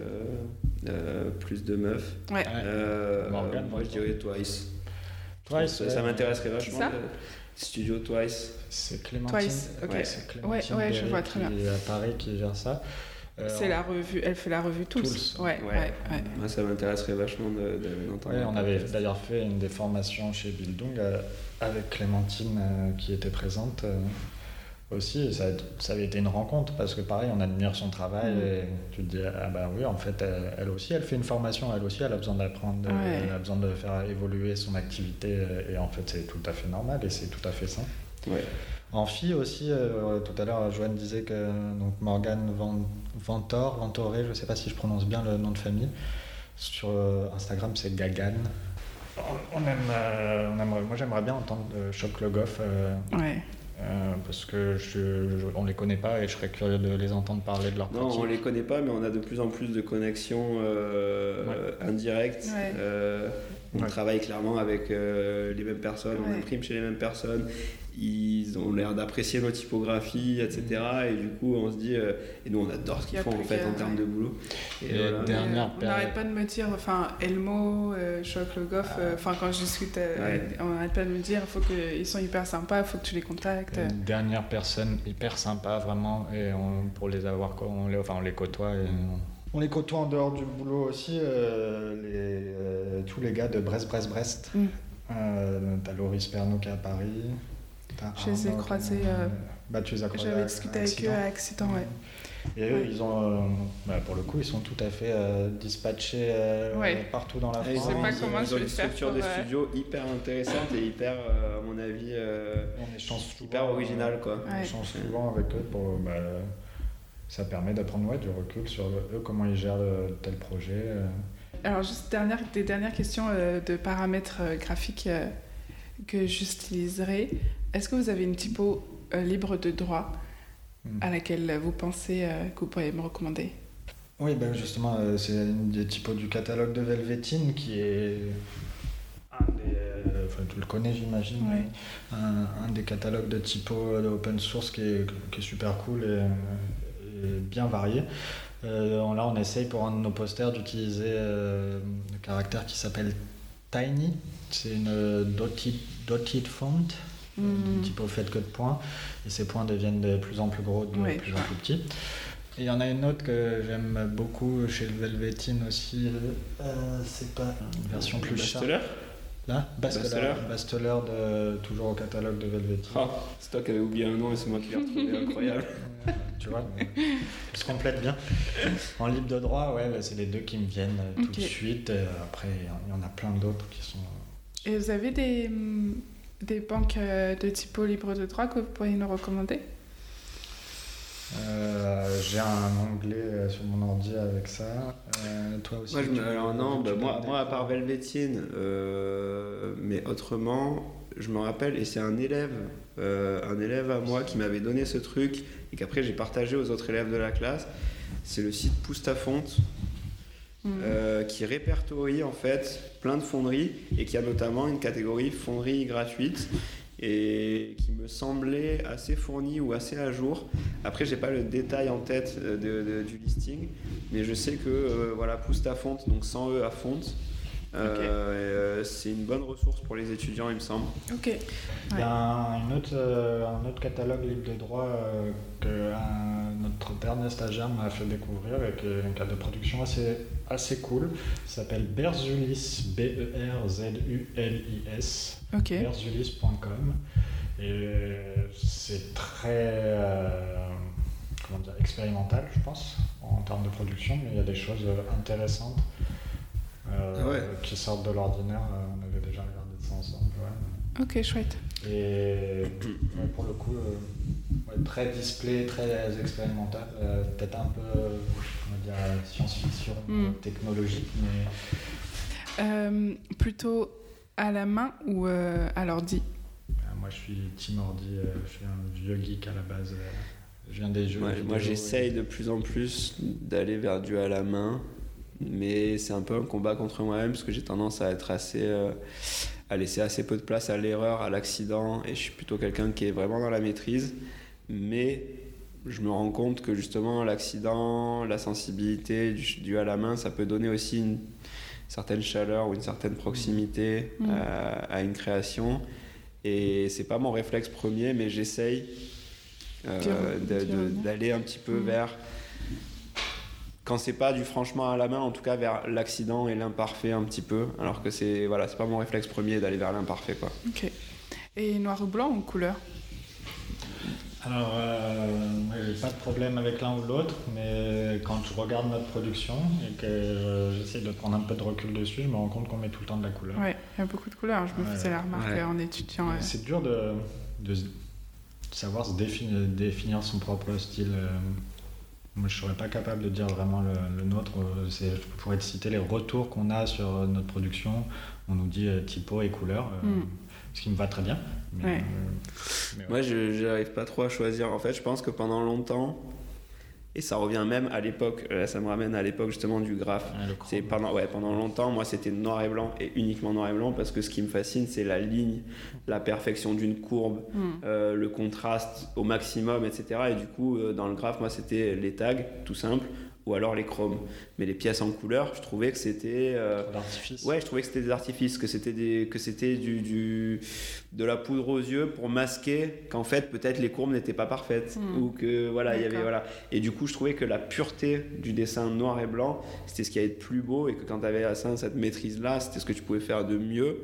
euh, plus de meufs. Ouais. Euh, Morgane, moi, je dirais Twice. Twice, ça, ouais. ça m'intéresserait vachement. Ça de, Studio Twice. C'est Clémentine. Twice, ok. Ouais, c'est Clémentine ouais, ouais, je vois très bien. Qui est à Paris qui gère ça. Euh, c'est la revue, elle fait la revue Tools. Tools. Ouais, ouais. ouais, ouais. Moi, ça m'intéresserait vachement de, de, d'entendre. Ouais, on avait d'ailleurs fait une des formations chez Bildung euh, avec Clémentine euh, qui était présente euh, aussi. Et ça, ça avait été une rencontre parce que pareil, on admire son travail mmh. et tu te dis ah bah oui, en fait, elle, elle aussi, elle fait une formation, elle aussi, elle a besoin d'apprendre, ouais. elle a besoin de faire évoluer son activité et en fait, c'est tout à fait normal et c'est tout à fait sain. Ouais. En fille aussi, euh, tout à l'heure, Joanne disait que donc Morgane Ventor, Ventoré, je ne sais pas si je prononce bien le nom de famille. Sur euh, Instagram, c'est Gagan. On, on aime, euh, on aimerait, moi, j'aimerais bien entendre euh, Choc Le Goff. Euh, ouais. Euh, parce que je, je, on les connaît pas et je serais curieux de les entendre parler de leur pratique. Non, on les connaît pas, mais on a de plus en plus de connexions euh, ouais. indirectes. Ouais. Euh, on ouais. travaille clairement avec euh, les mêmes personnes, ouais. on imprime chez les mêmes personnes. Ils ont l'air d'apprécier nos typographies, et cetera. Et du coup, on se dit, euh, et nous, on adore ce qu'ils font en fait en termes de boulot. Et, et voilà. dernière on n'arrête pas de me dire, enfin, Elmo, euh, Choc Le Goff, enfin, ah. euh, quand je discute, euh, ouais. on n'arrête pas de me dire, faut que ils sont hyper sympas, il faut que tu les contactes. Une dernière personne hyper sympa, vraiment, et on, pour les avoir, on les, enfin, on les côtoie. Et on, on les côtoie en dehors du boulot aussi, euh, les, euh, tous les gars de Brest, Brest, Brest. Mm. Euh, t'as Loris Pernaud qui est à Paris. Je les ai croisés. Euh, bah, tu les as croisés. J'avais discuté avec eux à Accident, ouais. Et eux, ouais. ils ont, euh, bah, pour le coup, ils sont tout à fait euh, dispatchés euh, ouais. partout dans la France. Je sais pas comment ils je ont vais une faire structure pour, de studio euh... hyper intéressante et hyper, euh, à mon avis, euh, on échange souvent, hyper original, quoi. On ouais. échange souvent avec eux pour. Bah, ça permet d'apprendre ouais, du recul sur eux, comment ils gèrent le, tel projet. Euh. Alors, juste dernière, des dernières questions euh, de paramètres euh, graphiques euh, que j'utiliserai. Est-ce que vous avez une typo euh, libre de droit mmh. à laquelle vous pensez euh, que vous pourriez me recommander ? Oui, ben justement, euh, c'est une des typos du catalogue de Velveteen qui est un des... Euh, enfin, tu le connais, j'imagine. Ouais. Un, un des catalogues de typos de open source qui est, qui est super cool et, et bien varié. Euh, là, on essaye pour un de nos posters d'utiliser euh, le caractère qui s'appelle Tiny. C'est une dotted, dotted font. Mmh. Un typo fait que de points et ces points deviennent de plus en plus gros, de oui, plus en plus petits. Et il y en a une autre que j'aime beaucoup chez le Velveteen aussi, euh, c'est pas une version plus chère. Là, Basteller, Basteller de, toujours au catalogue de Velveteen. Oh, c'est toi qui avais oublié un nom et c'est moi qui l'ai retrouvé, incroyable. Tu vois, on se complète bien. En libre de droit, ouais, là, c'est les deux qui me viennent tout okay. de suite. Après, il y en a plein d'autres qui sont... Et vous avez des... Des banques de typo libre de droit que vous pourriez nous recommander ? euh, J'ai un onglet sur mon ordi avec ça. Euh, toi aussi moi, je me, alors non, bah, moi, moi à part Velveteen, euh, mais autrement, je me rappelle, et c'est un élève, euh, un élève à moi qui m'avait donné ce truc et qu'après j'ai partagé aux autres élèves de la classe. C'est le site Pousse ta fonte. mmh. euh, qui répertorie en fait plein de fonderies et qui a notamment une catégorie fonderie gratuite et qui me semblait assez fournie ou assez à jour. Après, j'ai pas le détail en tête de, de, du listing, mais je sais que euh, voilà, Pousse ta fonte, donc sans E à fonte, euh, okay. euh, c'est une bonne ressource pour les étudiants, il me semble. Ok. Ouais. Il y a un, une autre, euh, un autre catalogue libre de droit euh, que un, notre dernier stagiaire m'a fait découvrir et qui est un cadre de production assez, assez cool. Ça s'appelle Berzulis, B E R Z U L I S. Okay. berzulis point com et c'est très euh, comment dire, expérimental, je pense, en termes de production, mais il y a des choses intéressantes euh, ouais. qui sortent de l'ordinaire. On avait déjà regardé ça ensemble. Ouais. Ok, chouette. Et ouais, pour le coup, euh, ouais, très display, très expérimental, euh, peut-être un peu on va dire, science-fiction, mm. technologique, mais euh, plutôt à la main ou euh, à l'ordi? Moi, je suis team ordi, euh, je suis un vieux geek à la base. Euh, je viens des jeux. Ouais, vidéo, moi, j'essaye et... de plus en plus d'aller vers du à la main, mais c'est un peu un combat contre moi-même parce que j'ai tendance à être assez, euh, à laisser assez peu de place à l'erreur, à l'accident, et je suis plutôt quelqu'un qui est vraiment dans la maîtrise. Mais je me rends compte que justement, l'accident, la sensibilité du, du à la main, ça peut donner aussi une certaine chaleur ou une certaine proximité mmh. à, à une création, et c'est pas mon réflexe premier, mais j'essaye euh, de, de, d'aller un petit peu mmh. vers, quand c'est pas du franchement à la main, en tout cas vers l'accident et l'imparfait un petit peu, alors que c'est voilà, c'est pas mon réflexe premier d'aller vers l'imparfait, quoi. Ok. Et noir ou blanc ou couleur? Alors, euh, moi, j'ai pas de problème avec l'un ou l'autre, mais quand je regarde notre production et que euh, j'essaie de prendre un peu de recul dessus, je me rends compte qu'on met tout le temps de la couleur. Ouais, il y a beaucoup de couleurs, je me ouais. faisais la remarque ouais. en étudiant. Ouais. C'est dur de, de savoir se définir, définir son propre style. Moi, je serais pas capable de dire vraiment le, le nôtre. C'est, je pourrais te citer les retours qu'on a sur notre production. On nous dit euh, typo et couleur. Euh, mm. Ce qui me va très bien. Mais, ouais. euh, mais ouais. Moi, je n'arrive pas trop à choisir. En fait, je pense que pendant longtemps, et ça revient même à l'époque, là, ça me ramène à l'époque justement du graphe. Ah, c'est pendant, ouais, pendant longtemps, moi, c'était noir et blanc et uniquement noir et blanc parce que ce qui me fascine, c'est la ligne, la perfection d'une courbe, mm. euh, le contraste au maximum, et cetera. Et du coup, euh, dans le graphe, moi, c'était les tags, tout simple, ou alors les chromes. Mais les pièces en couleur, je trouvais que c'était euh, l'artifice. Ouais, je trouvais que c'était des artifices, que c'était des que c'était du, du de la poudre aux yeux pour masquer qu'en fait peut-être les courbes n'étaient pas parfaites mmh. ou que voilà, il y avait voilà. Et du coup, je trouvais que la pureté du dessin noir et blanc, c'était ce qui allait être plus beau et que quand tu avais à ça, cette maîtrise là, c'était ce que tu pouvais faire de mieux.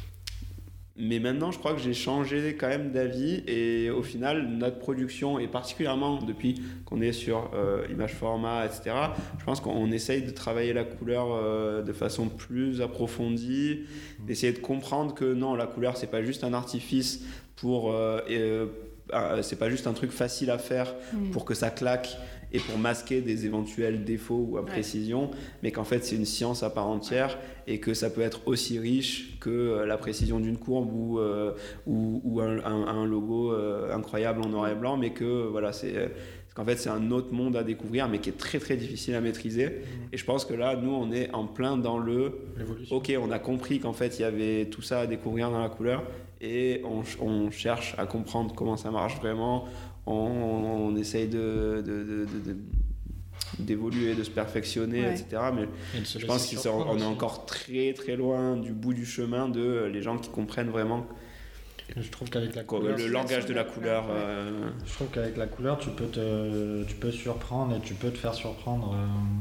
Mais maintenant, je crois que j'ai changé quand même d'avis et au final, notre production, et particulièrement depuis qu'on est sur euh, image format, et cetera, je pense qu'on essaye de travailler la couleur euh, de façon plus approfondie, mmh. d'essayer de comprendre que non, la couleur, c'est pas juste un artifice pour... Euh, et, euh, c'est pas juste un truc facile à faire mmh. pour que ça claque et pour masquer des éventuels défauts ou imprécisions, ouais. mais qu'en fait c'est une science à part entière et que ça peut être aussi riche que la précision d'une courbe ou, euh, ou, ou un, un, un logo euh, incroyable en noir et blanc, mais que voilà, c'est, c'est qu'en fait c'est un autre monde à découvrir, mais qui est très très difficile à maîtriser. Mmh. Et je pense que là, nous, on est en plein dans le... L'évolution. Ok, on a compris qu'en fait il y avait tout ça à découvrir dans la couleur et on, on cherche à comprendre comment ça marche vraiment. On, on essaye de, de, de, de, d'évoluer, de se perfectionner, ouais. et cetera. Mais je pense qu'on est encore très très loin du bout du chemin de les gens qui comprennent vraiment je trouve qu'avec la couleur, le langage de la couleur. Ouais. Euh... Je trouve qu'avec la couleur, tu peux te, tu peux surprendre et tu peux te faire surprendre.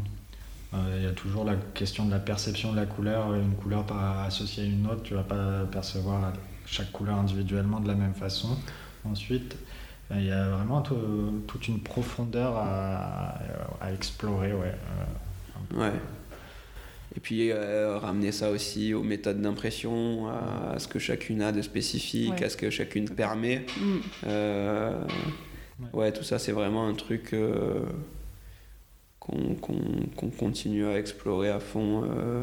Il euh, y a toujours la question de la perception de la couleur. Une couleur pas associée à une autre, tu vas pas percevoir chaque couleur individuellement de la même façon. Ensuite, il y a vraiment tout, toute une profondeur à, à explorer, ouais. Ouais. Et puis euh, ramener ça aussi aux méthodes d'impression, à, à ce que chacune a de spécifique, ouais. à ce que chacune permet. Mm. Euh, ouais. ouais, tout ça, c'est vraiment un truc euh, qu'on, qu'on, qu'on continue à explorer à fond. Euh,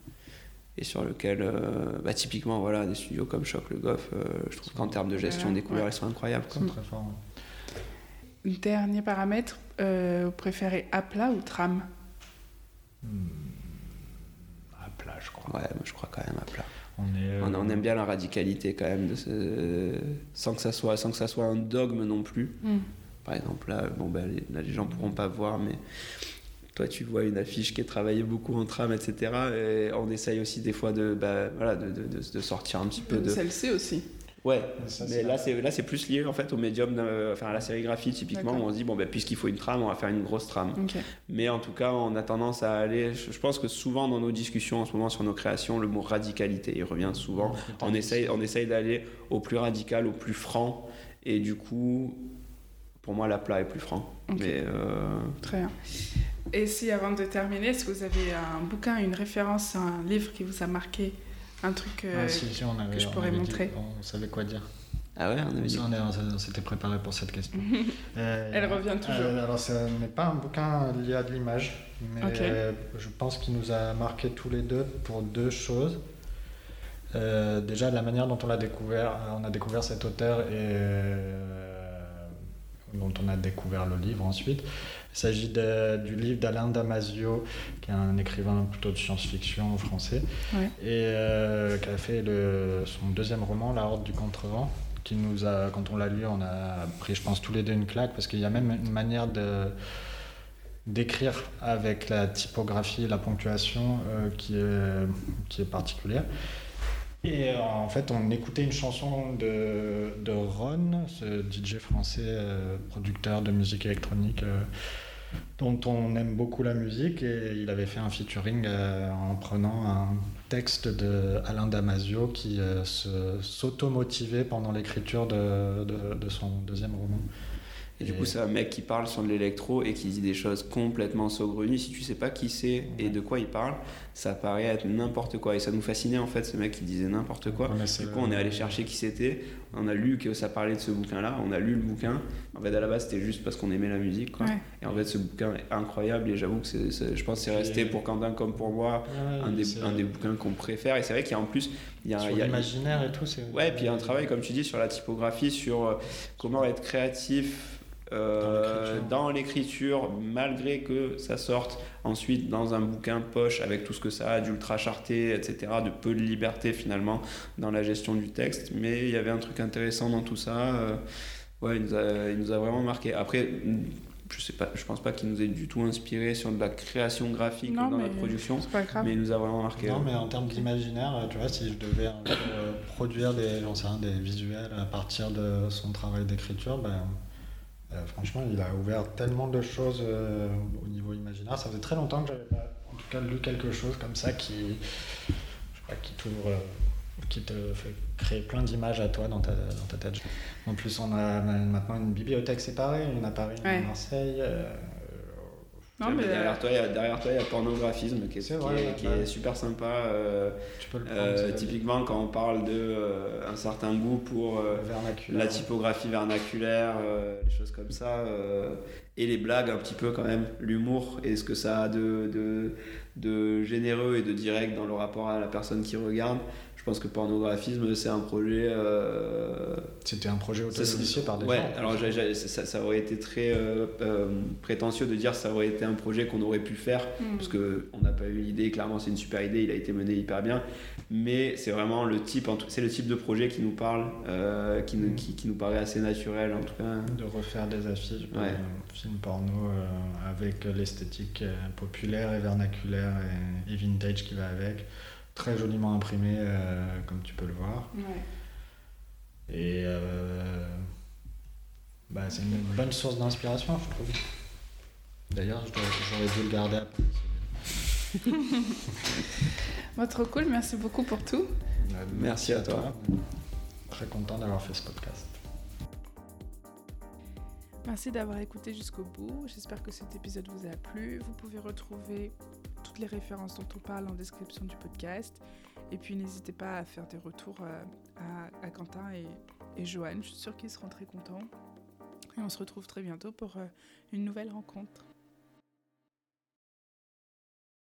et sur lequel, euh, bah, typiquement, voilà, des studios comme Choc Le Goff, euh, je trouve qu'en termes de gestion des couleurs, ouais. ils sont incroyables. Quoi. Ils sont très forts. Ouais. Dernier paramètre, euh, vous préférez aplat ou tram? hmm. je crois. Ouais, moi je crois quand même à plat. On, est, on, on aime bien la radicalité quand même, de ce, sans, que ça soit, sans que ça soit un dogme non plus. Mm. Par exemple, là, bon, bah, les, là, les gens ne pourront pas voir, mais toi, tu vois une affiche qui est travaillée beaucoup en trame, et cetera. Et on essaye aussi des fois de, bah, voilà, de, de, de, de sortir un petit peu de... Celle-ci aussi. Ouais, ça, mais là c'est, là c'est plus lié en fait au médium, enfin à la sérigraphie typiquement, où on se dit bon ben puisqu'il faut une trame, on va faire une grosse trame. Okay. Mais en tout cas, on a tendance à aller, je pense que souvent dans nos discussions en ce moment sur nos créations, le mot radicalité il revient souvent. On essaye, on essaye d'aller au plus radical, au plus franc, et du coup, pour moi, la plat est plus franc. Okay. Mais euh... Très bien. Et si avant de terminer, est-ce que vous avez un bouquin, une référence, un livre qui vous a marqué? Un truc euh, ah, si, si, on avait, que je pourrais on montrer. Dit, on savait quoi dire. Ah ouais, on avait dit. On, on, on s'était préparé pour cette question. euh, Elle euh, revient toujours. Euh, alors, ce n'est pas un bouquin lié à de l'image, mais okay. euh, je pense qu'il nous a marqué tous les deux pour deux choses. Euh, déjà, la manière dont on l'a découvert, on a découvert cet auteur et euh, dont on a découvert le livre ensuite. Il s'agit de, du livre d'Alain Damasio, qui est un écrivain plutôt de science-fiction français, ouais. et euh, qui a fait le, son deuxième roman, La Horde du Contrevent, qui nous a, quand on l'a lu, on a pris, je pense, tous les deux une claque, parce qu'il y a même une manière de, d'écrire avec la typographie et la ponctuation euh, qui, est, qui est particulière. Et euh, en fait, on écoutait une chanson de, de Ron, ce D J français, euh, producteur de musique électronique, euh, dont on aime beaucoup la musique, et il avait fait un featuring euh, en prenant un texte d'Alain Damasio qui euh, se, s'automotivait pendant l'écriture de, de, de son deuxième roman. Et, et du coup, c'est un mec qui parle sur de l'électro et qui dit des choses complètement saugrenues. Si tu sais pas qui c'est ouais. et de quoi il parle, ça paraît être n'importe quoi. Et ça nous fascinait en fait, ce mec qui disait n'importe quoi. Ouais, du coup, on est allé chercher qui c'était. On a lu que ça parlait de ce bouquin-là. On a lu le bouquin. En fait, à la base, c'était juste parce qu'on aimait la musique, quoi. Ouais. Et en fait, ce bouquin est incroyable. Et j'avoue que c'est, c'est, je pense que c'est resté pour Quentin comme pour moi ouais, un, des, un des bouquins qu'on préfère. Et c'est vrai qu'il y a en plus... Il y a, sur il y a, l'imaginaire et tout. C'est... Ouais, et puis il y a un travail, comme tu dis, sur la typographie, sur comment être créatif... Euh, dans, l'écriture. dans l'écriture, malgré que ça sorte ensuite dans un bouquin poche avec tout ce que ça a d'ultra charté, et cetera, de peu de liberté finalement dans la gestion du texte, mais il y avait un truc intéressant dans tout ça. Euh, ouais, il nous a, il nous a vraiment marqué. Après, je sais pas, je pense pas qu'il nous ait du tout inspiré sur de la création graphique non, dans la production, mais il nous a vraiment marqué. Non, mais en termes d'imaginaire, tu vois, si je devais un peu produire des, j'en sais rien, des visuels à partir de son travail d'écriture, ben Euh, franchement, il a ouvert tellement de choses euh, au niveau imaginaire. Ça faisait très longtemps que j'avais pas, en tout cas, lu quelque chose comme ça qui, je sais pas, qui t'ouvre, euh, qui te fait créer plein d'images à toi dans ta, dans ta tête. En plus, on a maintenant une bibliothèque séparée, une à Paris, une ouais. à Marseille. Euh, non, mais derrière, toi, il y a, derrière toi, il y a Pornographisme qui est, c'est vrai, qui est, qui est super sympa. Euh, tu peux le prendre, euh, typiquement, quand on parle d'un euh, certain goût pour euh, la typographie vernaculaire, euh, des choses comme ça, euh, et les blagues un petit peu quand même, l'humour, et ce que ça a de, de, de généreux et de direct dans le rapport à la personne qui regarde. Je pense que Pornographisme, c'est un projet... Euh... C'était un projet auto-initié par des ouais, gens. Alors j'ai, j'ai, ça, ça aurait été très euh, euh, prétentieux de dire que ça aurait été un projet qu'on aurait pu faire, mmh. parce qu'on n'a pas eu l'idée, clairement c'est une super idée, il a été mené hyper bien, mais c'est vraiment le type, c'est le type de projet qui nous parle, euh, qui, nous, mmh. qui, qui nous paraît assez naturel en tout cas. De refaire des affiches de ouais. films porno euh, avec l'esthétique euh, populaire et vernaculaire et, et vintage qui va avec. Très joliment imprimé, euh, comme tu peux le voir. Ouais. Et euh, bah, c'est une bonne source d'inspiration, je trouve. D'ailleurs, j'aurais dû le garder après. Bon, trop cool, merci beaucoup pour tout. Euh, merci à toi. toi. Très content d'avoir fait ce podcast. Merci d'avoir écouté jusqu'au bout. J'espère que cet épisode vous a plu. Vous pouvez retrouver toutes les références dont on parle en description du podcast. Et puis n'hésitez pas à faire des retours à, à, à Quentin et, et Joanne. Je suis sûre qu'ils seront très contents. Et on se retrouve très bientôt pour une nouvelle rencontre.